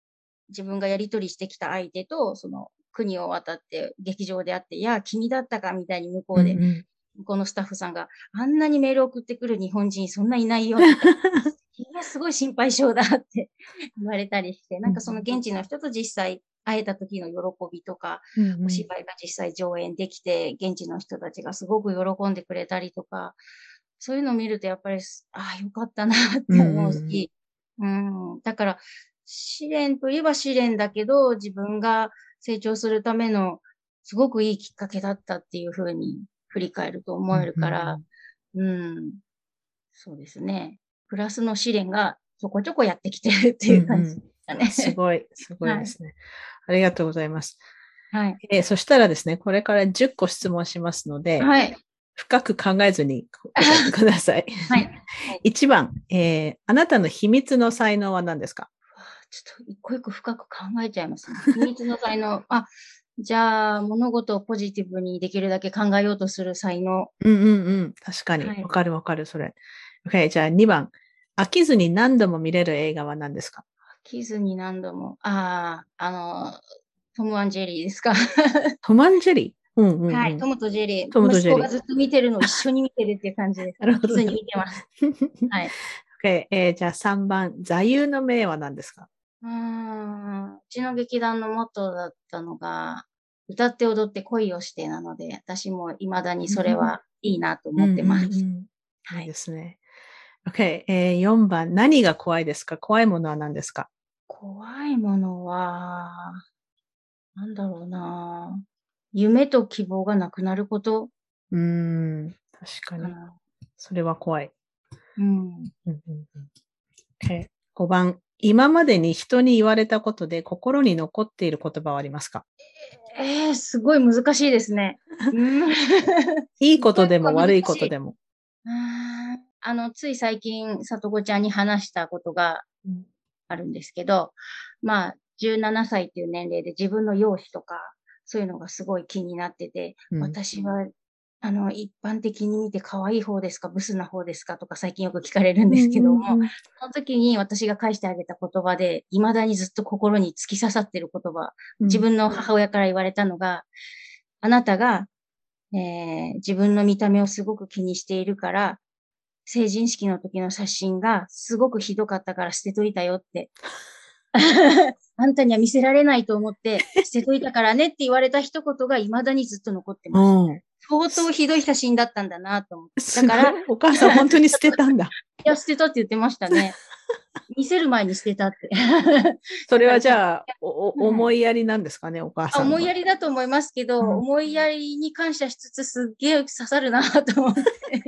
自分がやり取りしてきた相手と、その国を渡って劇場で会って、いや、君だったかみたいに向こうで、 うんうん、 向こうのスタッフさんが、あんなにメール送ってくる日本人そんないないよって言ったら、君はすごい心配性だって言われたりして、なんかその現地の人と実際会えた時の喜びとか、 うんうん、 お芝居が実際上演できて、現地の人たちがすごく喜んでくれたりとか、そういうのを見るとやっぱり、ああ、よかったなって思うし、うん、うん、だから、試練といえば試練だけど、自分が成長するためのすごくいいきっかけだったっていうふうに振り返ると思えるから、うん、うんうん、そうですね。プラスの試練がちょこちょこやってきてるっていう感じだね。 うんうん、すごい、すごいですね、はい。ありがとうございます。 はい。 えー、そしたらですね、これからじゅっこ質問しますので、はい、深く考えずに答えてください。 はい。 いちばん、えー、あなたの秘密の才能は何ですか？ ちょっと一個一個深く考えちゃいますね。秘密の才能。あ、じゃあ、物事をポジティブにできるだけ考えようとする才能。 うんうんうん。確かに。わ、はい、かるわかる、それ。OK、じゃあにばん。飽きずに何度も見れる映画は何ですか？ 飽きずに何度も。ああ、あの、トム&ジェリーですか。 トム&ジェリー、うんうんうん、 はい、トムとジェリー。 トムとジェリー。 息子がずっと見てるのを一緒に見てるっていう感じです。飽きずに見てます。はい。 OK、えー、じゃあさんばん。座右の銘は何ですか？ うーん、うちの劇団のモットーだったのが、歌って踊って恋をしてなので、私も未だにそれはいいなと思ってます。うんうんうん、 はい、いいですね。OK、えー、よんばん。何が怖いですか？怖いものは何ですか？ 怖いものは、なんだろうな。夢と希望がなくなること。 うーん、確かに。それは怖い。うん。うんうんうん、okay、ごばん。今までに人に言われたことで心に残っている言葉はありますか？ えー、すごい難しいですね。 いいことでも悪いことでも。 あの、つい最近、さとこちゃんに話したことがあるんですけど、うん、まあ、じゅうななさいっていう年齢で自分の容姿とか、そういうのがすごい気になってて、うん、私は、あの、一般的に見て可愛い方ですか、ブスな方ですかとか最近よく聞かれるんですけども、うんうんうん、その時に私が返してあげた言葉で、未だにずっと心に突き刺さってる言葉、自分の母親から言われたのが、あなたが、えー、自分の見た目をすごく気にしているから、成人式の時の写真がすごくひどかったから捨てといたよって。あんたには見せられないと思って捨てといたからねって言われた一言が未だにずっと残ってます。うん、相当ひどい写真だったんだなと思って。だから、 お母さん本当に捨てたんだ。 いや、捨てたって言ってましたね。見せる前に捨てたって。 それはじゃあ、お思いやりなんですかね、お母さん。 思いやりだと思いますけど、うん、思いやりに感謝しつつすっげえ刺さるなと思って。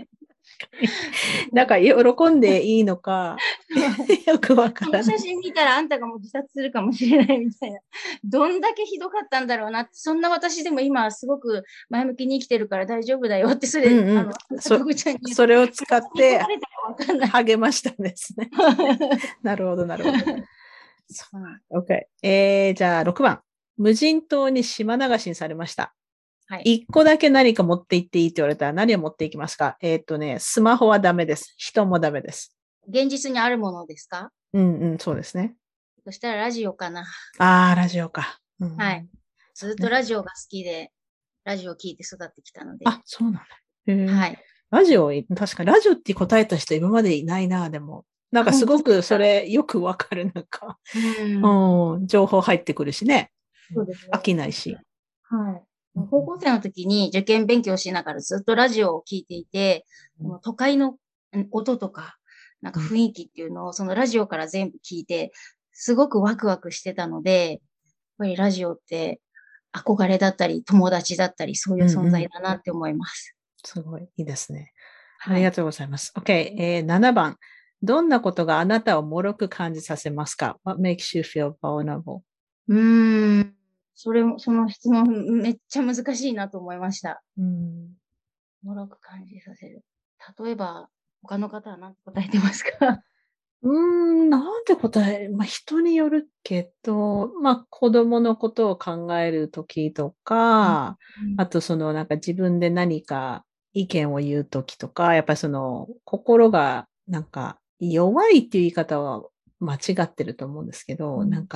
なんか喜んでいいのか、よくわからない。 この写真見たらあんたがもう自殺するかもしれないみたいな。どんだけひどかったんだろうなって、そんな私でも今すごく前向きに生きてるから大丈夫だよって、それ、うんうん、あの、 そ, それを使って励ましたんですね。なるほど、なるほど。OK。えー、じゃあろくばん。無人島に島流しにされました。はい。一個だけ何か持って行っていいって言われたら何を持っていきますか？えっとね、スマホはダメです。人もダメです。 現実にあるものですか？ うんうん、そうですね。 そしたらラジオかな。 ああ、ラジオか。うん、 はい。ずっとラジオが好きで、ラジオを聞いて育ってきたので。 あ、そうなんだ。へー、 はい。 ラジオ、確かラジオって答えた人今までいないな、でも。なんかすごくそれよくわかる、なんか、うん、情報入ってくるしね。そうですね。飽きないし。 はい。高校生の時に受験勉強しながらずっとラジオを聞いていて、うん、都会の音とか、なんか雰囲気っていうのをそのラジオから全部聞いて、すごくワクワクしてたので、やっぱりラジオって憧れだったり、友達だったり、そういう存在だなって思います。 うんうん、すごい、いいですね。ありがとうございます。はい、OK、えー、ななばん。どんなことがあなたを脆く感じさせますか？ What makes you feel vulnerable? うーん。それも、その質問めっちゃ難しいなと思いました。うん。脆く感じさせる。例えば、他の方は何て答えてますか？ うーん、なんて答え、まあ、人によるけど、まあ、子供のことを考えるときとか、うん、あとそのなんか自分で何か意見を言うときとか、やっぱりその心がなんか弱いっていう言い方は間違ってると思うんですけど、うん、なんか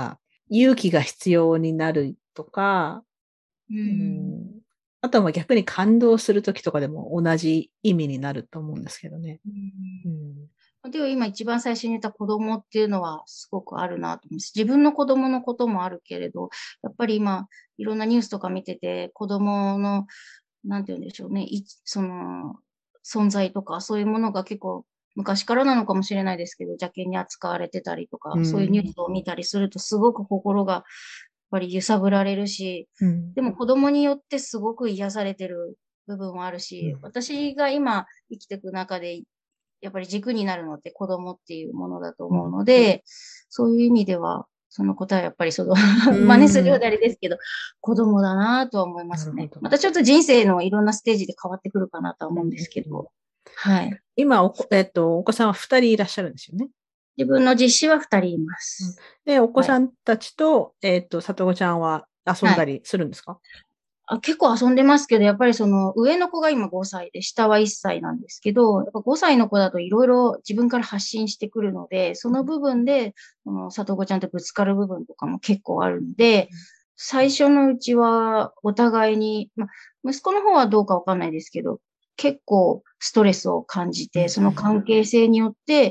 勇気が必要になるとか、 ううんん、あとは逆に感動するときとかでも同じ意味になると思うんですけどね。ううんん。 でも今一番最初に言った子供っていうのはすごくあるなと思うんです。自分の子供のこともあるけれど、やっぱり今いろんなニュースとか見てて子供の、なんて言うんでしょうね、いその存在とかそういうものが結構昔からなのかもしれないですけど、邪険に扱われてたりとうか、そういうニューん。 スを見たりするとすごく心がやっぱり揺さぶられるし、 うん。 でも子供によってすごく癒されてる部分もあるし、 うん。 私が今生きていく中でやっぱり軸になるのって子供っていうものだと思ううん。 ので、そういう意味では、その答えはやっぱりそのう真似するようん。 であれですけど、子供だなとは思いますね。 なるほど。 またちょっと人生のいろんなステージで変わってくるかなとはうん。 思うんですけうん。 ど、はい。 今おこ、えっと、お子さんは二人いらっしゃるんですよね。 自分の実子は二人いまうん。 す。 で、お子はい。 さんたちと、えっと、里子ちゃんは遊んはい。 だりするんですか？ あ、結構遊んでますけど、やっぱりその上の子が今ごさいで、下はいっさいなんですけど、やっぱごさいの子だといろいろ自分から発信してくるので、その部分で、その里子ちゃんとぶつかる部分とかも結構あるので、最初のうちはお互いに、まあ、息子の方はどうかわかんないですけど、結構ストレスを感じうん。 て、その関係性によって、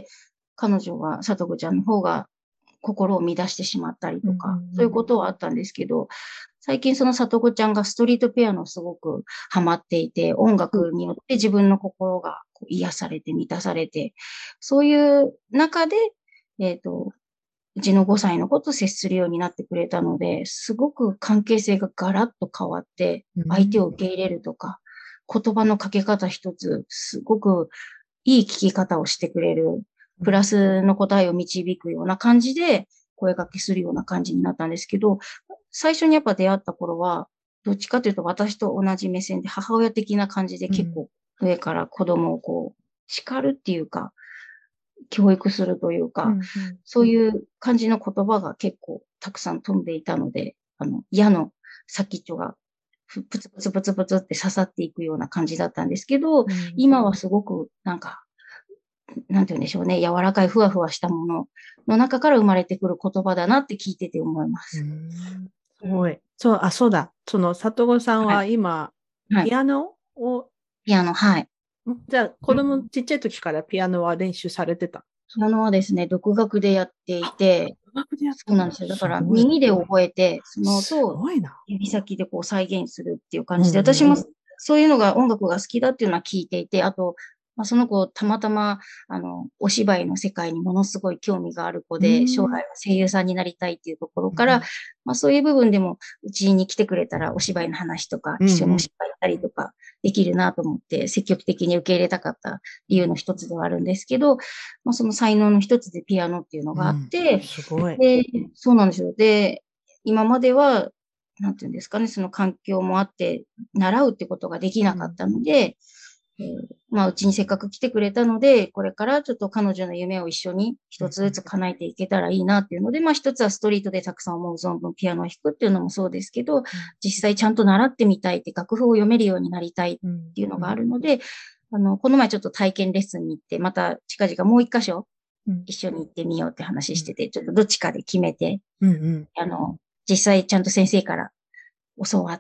彼女が、里子ちゃんの方が心を乱してしまったりうん。うとか、そういうん。 ことはあったんですけど、最近その里子ちゃんがストリートピアノをすごくハマっていて、音うん。 楽によって自分の心がこう癒されて満たされて、そういう中で、えっと、うちのごさいの子と接するようになってくれたので、すごく関係性がガラッと変わって、 うん。 相手を受け入れるとか、言葉のかけ方一つ、すごくいい聞き方をしてくれる、プラスの答えを導くような感じで、声掛けするような感じになったんですけど、最初にやっぱ出会った頃は、どっちかというと私と同じ目線で母親的な感じでうん。 結構上から子供をこう叱るっていうか、教育するというか、 うん。うん。 そういう感じの言葉が結構たくさん飛んでいたので、あの、矢の先っちょがふプツプツプツプツって刺さっていくような感じだったんですけど、 うん。 今はすごくなんか、なんて言うんでしょうね、柔らかいふわふわしたものの中から生まれてくる言葉だなって聞いてて思いまうす。 ん。すうん、 ごい。そう、あ、そうだ。その、里子さんはい。 は今、 はい。 ピアノを、 ピアノ、はい。 んじゃあ、子供ちっちゃい時からピアノは練習されてた？ ピアノはですね、独学でやっていあ、 て、 独学でやったの？ そうなんですよ。だからすごい。 耳で覚えて、そのす音をごいな。 指先でこう再現するっていう感じで、 うん。 私もうん。 そういうのが音楽が好きだっていうのは聞いていて、あと、まあ、その子たまたま、あの、お芝居の世界にものすごい興味がある子うで、将来ん。 は声優さんになりたいっていうところから、 うん。 まあそういう部分でも、うちに来てくれたらお芝居の話とか、 うん。 一緒にうん。 お芝居したりとかできるなと思って、積極的に受け入れたかった理由の一つではあるんですけど、まあその才能の一つでピアノっていうのがあっうん。 て、 すごい。 で、そうなんですよ。で、今までは、なんていうんですかね、その環境もあって、習うってことができなかっうん。 たので、えーまあ、うちにせっかく来てくれたので、これからちょっと彼女の夢を一緒にうん。 一つずつ叶えていけたらいいなっていうので、まあ一つはストリートでたくさん思う存分ピアノを弾くっていうのもそうですけど、 うん。 実際ちゃんと習ってみたいって楽譜を読めるようになりたいっうん。 ていうのがあうん。 るので、あの、この前ちょっと体験レッスンに行って、また近々もう一箇所うん。 一緒に行ってみようって話うん。 してて、ちょっとどっちかで決めて、 うん。 あの、実際ちゃんと先生から教わって、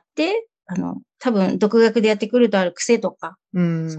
あの、多分独学でやってくるとある癖とか、 うん。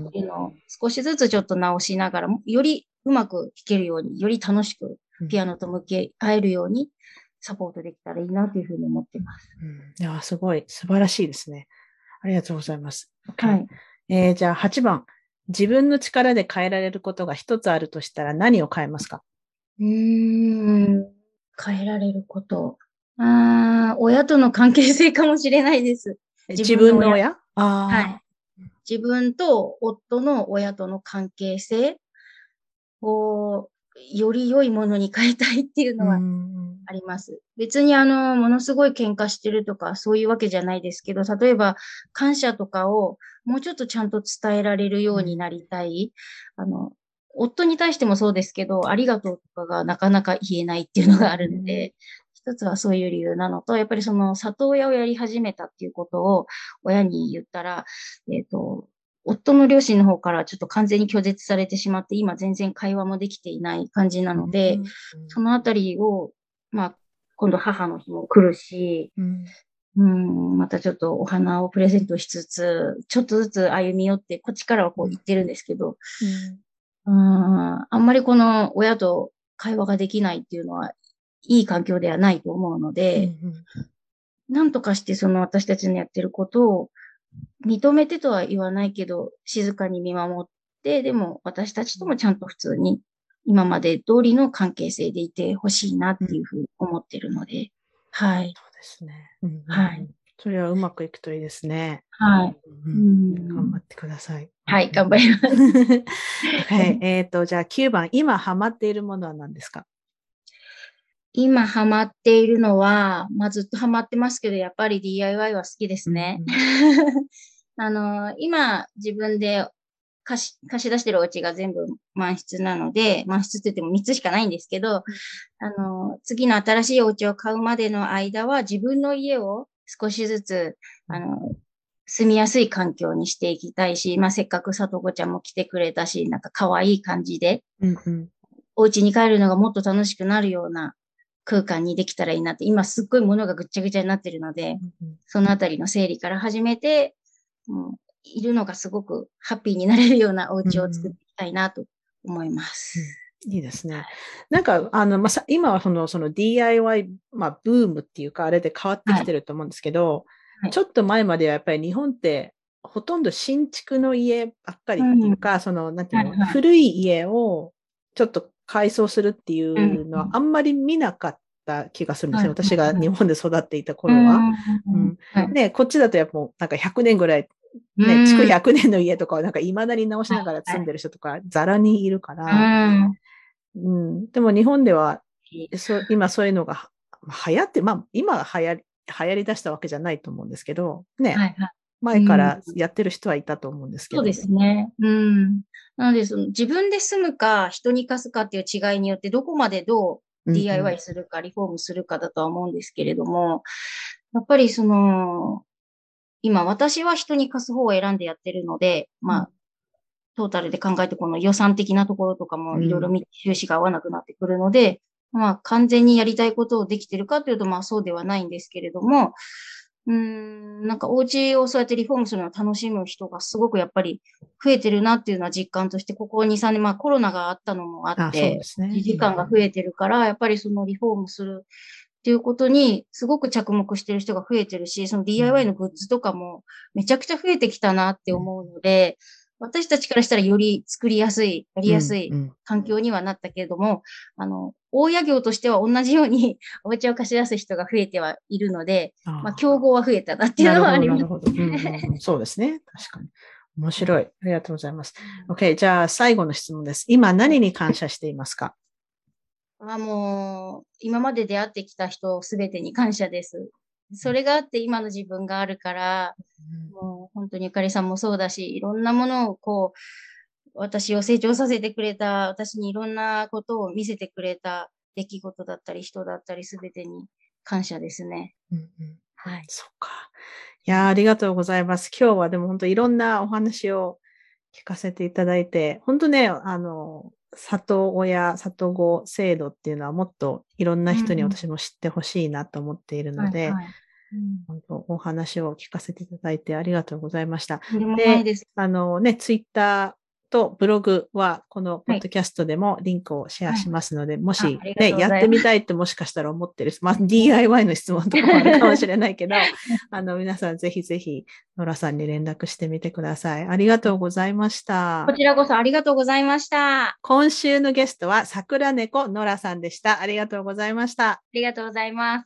そういうのを少しずつちょっと直しながら、よりうまく弾けるように、より楽しくうん。 ピアノと向き合えるようにサポートできたらいいなというふうに思ってます。 うん。いや、すごい素晴らしいですね。ありがとうございます。 は OK。 い。 えー、じゃあはちばん。自分の力で変えられることが一つあるとしたら何を変えますか？ うーん。変えられること。ああ、親との関係性かもしれないです。自自分の親。 分の親。ああはい。自分と夫の親との関係性をより良いものに変えたいっていうー。うのはん。 あります。別にあの、ものすごい喧嘩してるとか、そういうわけじゃないですけど、例えば感謝とかをもうちょっとちゃんと伝えられるようん。 うになりたい。あの、夫に対してもそうですけど、ありがとうとかがなかなか言えないっていうのがあるので、一つはそういう理由なのと、やっぱりその里親をやり始めたっていうことを親に言ったら、えっと、夫の両親の方からちょっと完全に拒絶されてしまって、今全然会話もできていない感じなうので、 ん。 そのあたりをまあ、 今度母の日も来るし、 うんうん、またちょっとお花をプレゼントしつつ、ちょっとずつ歩み寄って、こっちからはこう言ってるんですけど、 うんうん、あんまりこの親と会話ができないっていうのは、いい環境ではないと思うのうんで、なんとかしてその私たちのやってることを認めてとは言わないけど、静かに見守って、でも私たちともちゃんと普通に今まで通りの関係性でいてほしいなっていうふうに思ってるので、はい。 そうですね。うんうんうんはい。 それはうまくいくといいですね。 はい。 ううんん頑張ってください。 はい、頑張ります。 はい。えっと、じゃあきゅうばん、今ハマっているものは何ですか？ 今ハマっているのは、まあ、ずっとハマってますけど、やっぱり ディーアイワイ は好きですね。 うんあの、今自分で貸し、貸し出してるお家が全部満室なので、満室って言ってもみっつしかないんですけど、あの、次の新しいお家を買うまでの間は自分の家を少しずつ、あの、住みやすい環境にしていきたいし、まあ、せっかく里子ちゃんも来てくれたし、なんか可愛い感じで、 うんうんお家に帰るのがもっと楽しくなるような空間にできたらいいなって、今すっごい物がぐっちゃぐちゃになってるので、 うんそのあたりの整理から始めて、うん、いるのがすごくハッピーになれるようなお家を作っていきたいなと思います。 うんいいですね。なんか、あの、まあ、さ今はその、その ディーアイワイ、まあ、ブームっていうか、あれで変わってきてると思うんですけど、 はい。 ちょっと前まではやっぱり日本って、ほとんど新築の家ばっかりうん。 っていうか、その、なんていうの、 はいはい。 古い家をちょっと改装するっていうん。 うのはあんまり見なかった気がするんですね。 はいはい私がはい。 日本で育っていたう頃は。うん。 ん。 はい。 で、こっちだとやっぱもうなんかひゃくねんぐらい、 うね、築ん。 ひゃくねんの家とかをなんか未だに直しながらはい。 住んでる人とかザラにいるかうら、 ん。 うん。でも日本では、そう、今そういうのが流行って、まあ今流行り、流行り出したわけじゃないと思うんですけど、ね、 はいはい。 前かうん。 らやってる人はいたと思うんですけそうでど。 すね。うん。なので、その自分で住むか人に貸すかっていう違いによってどこまでどううんうんディーアイワイ するかリフォームするかだとは思うんですけれども、やっぱりその、今私は人に貸す方を選んでやってるので、まあ、トータルで考えてこの予算的なところとかもいろいろうん見て収支が合わなくなってくるので、まあ完全にやりたいことをできてるかというとまあそうではないんですけれども、うーん、なんかお家をそうやってリフォームするのを楽しむ人がすごくやっぱり増えてるなっていうのは実感として、ここに、さんねん、まあコロナがあったのもあっあ、そうでて、 すね。 時間が増えてるから、やっぱりそのリフォームするっていうことにすごく着目してる人が増えてるし、そのうディーアイワイんのグッズとかもめちゃくちゃ増えてきたなってうん思うので、私たちからしたらより作りやすい、やりやすいうん環境にはなったけれども、あの、大家業としては同じようにお家を貸し出す人が増えてはいるので、まあ、 あ競合は増えたなっていうなるほど、 のはありますなるほど。うんうんうん、そうですね。確かに。面白い。ありがとうございます。 うん OK。じゃあ、最後の質問です。今、何に感謝していますか？ あ、もう、今まで出会ってきた人すべてに感謝です。それがあって今の自分があるから、もう本当にゆかりさんもそうだし、いろんなものをこう、私を成長させてくれた、私にいろんなことを見せてくれた出来事だったり人だったりすべてに感謝ですね。 うんうんはい。 そうか。いやー、ありがとうございます。今日はでも本当いろんなお話を聞かせていただいて、本当ね、あの、里親、里子制度っていうのはもっといろんな人にうん。 私も知ってほしいなと思っているのはい、 で、 はい。うん。 本当お話を聞かせていただいてありがとうございました。 とんでもないで、 です。 あのね、ツイッターとブログはこのポはい。 ッドキャストでもリンクをシェアはい。 しますので、もあ、 しありがね、 とうございます。 やってみたいってもしかしたら思ってる、まあ ディーアイワイ の質問とかもあるかもしれないけど、あの皆さんぜひぜひノラさんに連絡してみてください。ありがとうございました。 こちらこそありがとうございました。あ今週のゲストは桜猫ノラさんでした。ありがとうございました。 りがとうございます。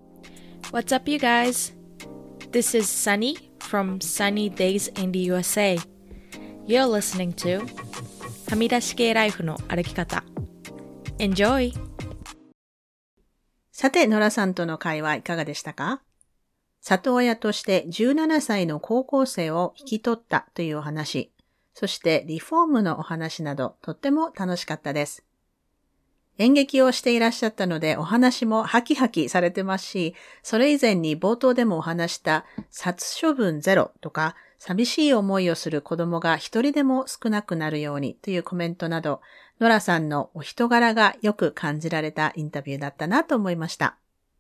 What's up, you guys? This is Sunny from Sunny Days in the ユーエスエー. You're listening to はみ出し系ライフの歩き方. Enjoy! さて、ノラさんとの会話いかがでしたか？里親としてじゅうななさいの高校生を引き取ったというお話、そしてリフォームのお話などとっても楽しかったです。演劇をしていらっしゃったのでお話もハキハキされてますし、それ以前に冒頭でもお話した殺処分ゼロとか寂しい思いをする子供が一人でも少なくなるようにというコメントなど、ノラさんのお人柄がよく感じられたインタビューだったなと思いました。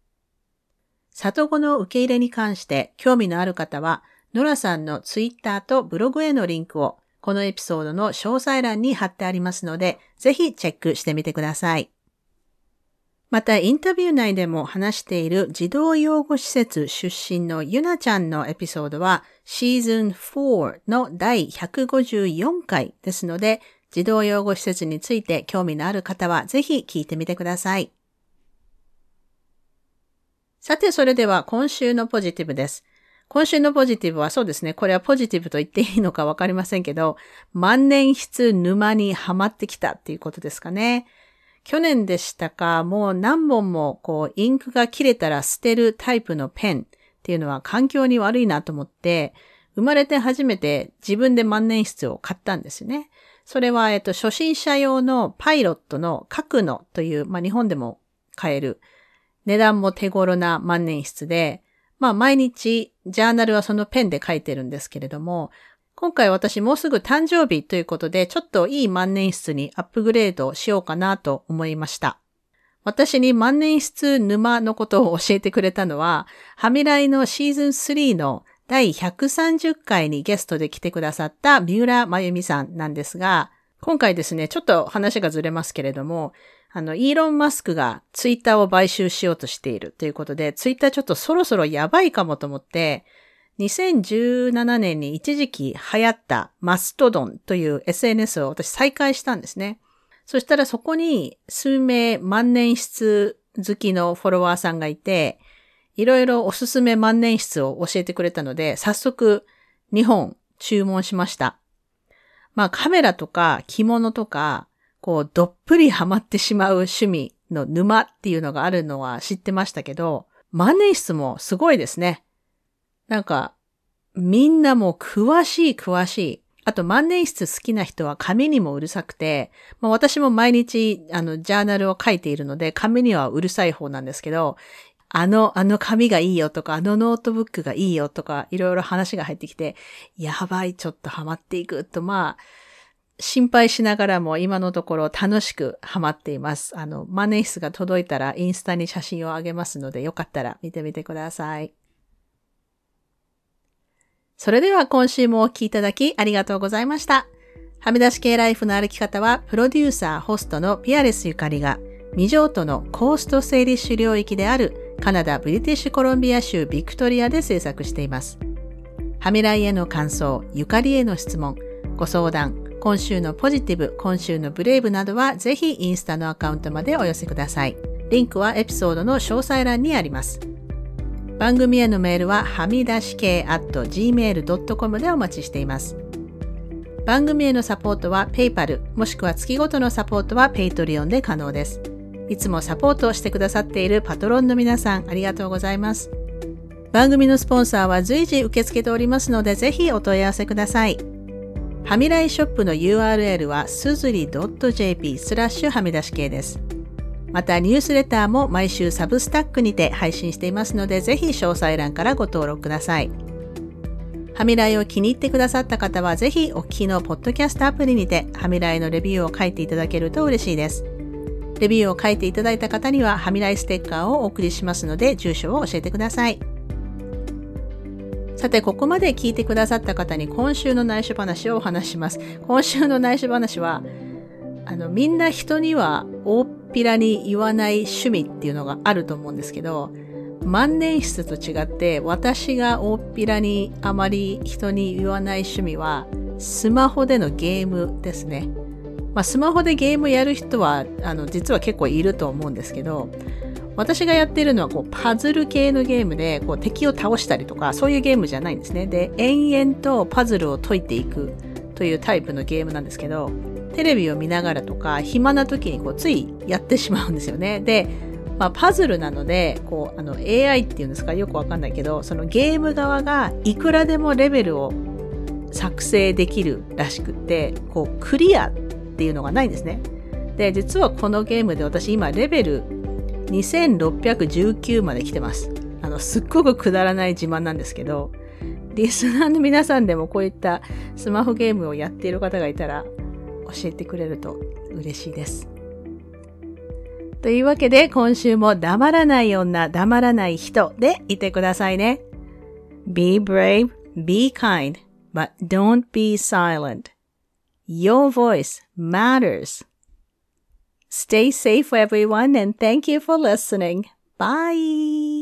里子の受け入れに関して興味のある方は、ノラさんのツイッターとブログへのリンクをこのエピソードの詳細欄に貼ってありますので、ぜひチェックしてみてください。また、インタビュー内でも話している児童養護施設出身のゆなちゃんのエピソードはシーズンフォーのだいひゃくごじゅうよんかいですので、児童養護施設について興味のある方はぜひ聞いてみてください。さて、それでは今週のポジティブです。今週のポジティブはそうですね、これはポジティブと言っていいのかわかりませんけど、万年筆沼にはまってきたっていうことですかね。去年でしたか、もう何本もこうインクが切れたら捨てるタイプのペンっていうのは環境に悪いなと思って、生まれて初めて自分で万年筆を買ったんですね。それは、えっと、初心者用のパイロットの角野という、まあ、日本でも買える、値段も手頃な万年筆で、まあ、毎日、ジャーナルはそのペンで書いてるんですけれども、今回私もうすぐ誕生日ということで、ちょっといい万年筆にアップグレードしようかなと思いました。私に万年筆沼のことを教えてくれたのは、はみらいのシーズンスリーのだいひゃくさんじゅっかいにゲストで来てくださった三浦真由美さんなんですが、今回ですね、ちょっと話がずれますけれども、あの、イーロン・マスクがツイッターを買収しようとしているということで、ツイッターちょっとそろそろやばいかもと思って、にせんじゅうななねんに一時期流行ったマストドンという エスエヌエス を私再開したんですね。そしたらそこに数名万年筆好きのフォロワーさんがいて、いろいろおすすめ万年筆を教えてくれたので、早速にほん注文しました。まあカメラとか着物とか、こうどっぷりハマってしまう趣味の沼っていうのがあるのは知ってましたけど、万年筆もすごいですね。なんか、みんなもう詳しい詳しい。あと万年筆好きな人は紙にもうるさくて、まあ、私も毎日あのジャーナルを書いているので紙にはうるさい方なんですけど、あの、あの紙がいいよとか、あのノートブックがいいよとか、いろいろ話が入ってきて、やばい、ちょっとハマっていくと、まあ、心配しながらも今のところ楽しくハマっています。あの、万年筆が届いたらインスタに写真をあげますので、よかったら見てみてください。それでは今週もお聞きいただきありがとうございました。はみ出し系ライフの歩き方は、プロデューサー、ホストのピアレスゆかりが、未譲渡のコーストセーリッシュ領域であるカナダ・ブリティッシュコロンビア州ビクトリアで制作しています。はみらいへの感想、ゆかりへの質問、ご相談、今週のポジティブ、今週のブレイブなどはぜひインスタのアカウントまでお寄せください。リンクはエピソードの詳細欄にあります。番組へのメールははみ出し系 アットジーメールドットコム でお待ちしています。番組へのサポートは PayPal もしくは月ごとのサポートは Patreon で可能です。いつもサポートをしてくださっているパトロンの皆さんありがとうございます。番組のスポンサーは随時受け付けておりますのでぜひお問い合わせください。はみらいショップの ユーアールエル は すずり .jp スラッシュはみ出し系です。またニュースレターも毎週サブスタックにて配信していますのでぜひ詳細欄からご登録ください。はみらいを気に入ってくださった方はぜひお聞きのポッドキャストアプリにてはみらいのレビューを書いていただけると嬉しいです。レビューを書いていただいた方にははみらいステッカーをお送りしますので住所を教えてください。さてここまで聞いてくださった方に今週の内緒話をお話します。今週の内緒話はあのみんな人には大っぴらに言わない趣味っていうのがあると思うんですけど、万年筆と違って私が大っぴらにあまり人に言わない趣味はスマホでのゲームですね。まあ、スマホでゲームやる人はあの実は結構いると思うんですけど、私がやっているのはこうパズル系のゲームでこう敵を倒したりとかそういうゲームじゃないんですね。で、延々とパズルを解いていくというタイプのゲームなんですけど、テレビを見ながらとか暇な時にこうついやってしまうんですよね。で、まあ、パズルなのでこうあの エーアイ っていうんですかよくわかんないけど、そのゲーム側がいくらでもレベルを作成できるらしくって、こうクリアっていうのがないんですね。で、実はこのゲームで私今レベルにせんろっぴゃくじゅうきゅうまで来てます。あのすっごくくだらない自慢なんですけど、リスナーの皆さんでもこういったスマホゲームをやっている方がいたら教えてくれると嬉しいです。 というわけで今週も黙らない女、黙らない人でいてくださいね。Be brave, be kind, but don't be silent. Your voice matters. Stay safe everyone and thank you for listening. Bye!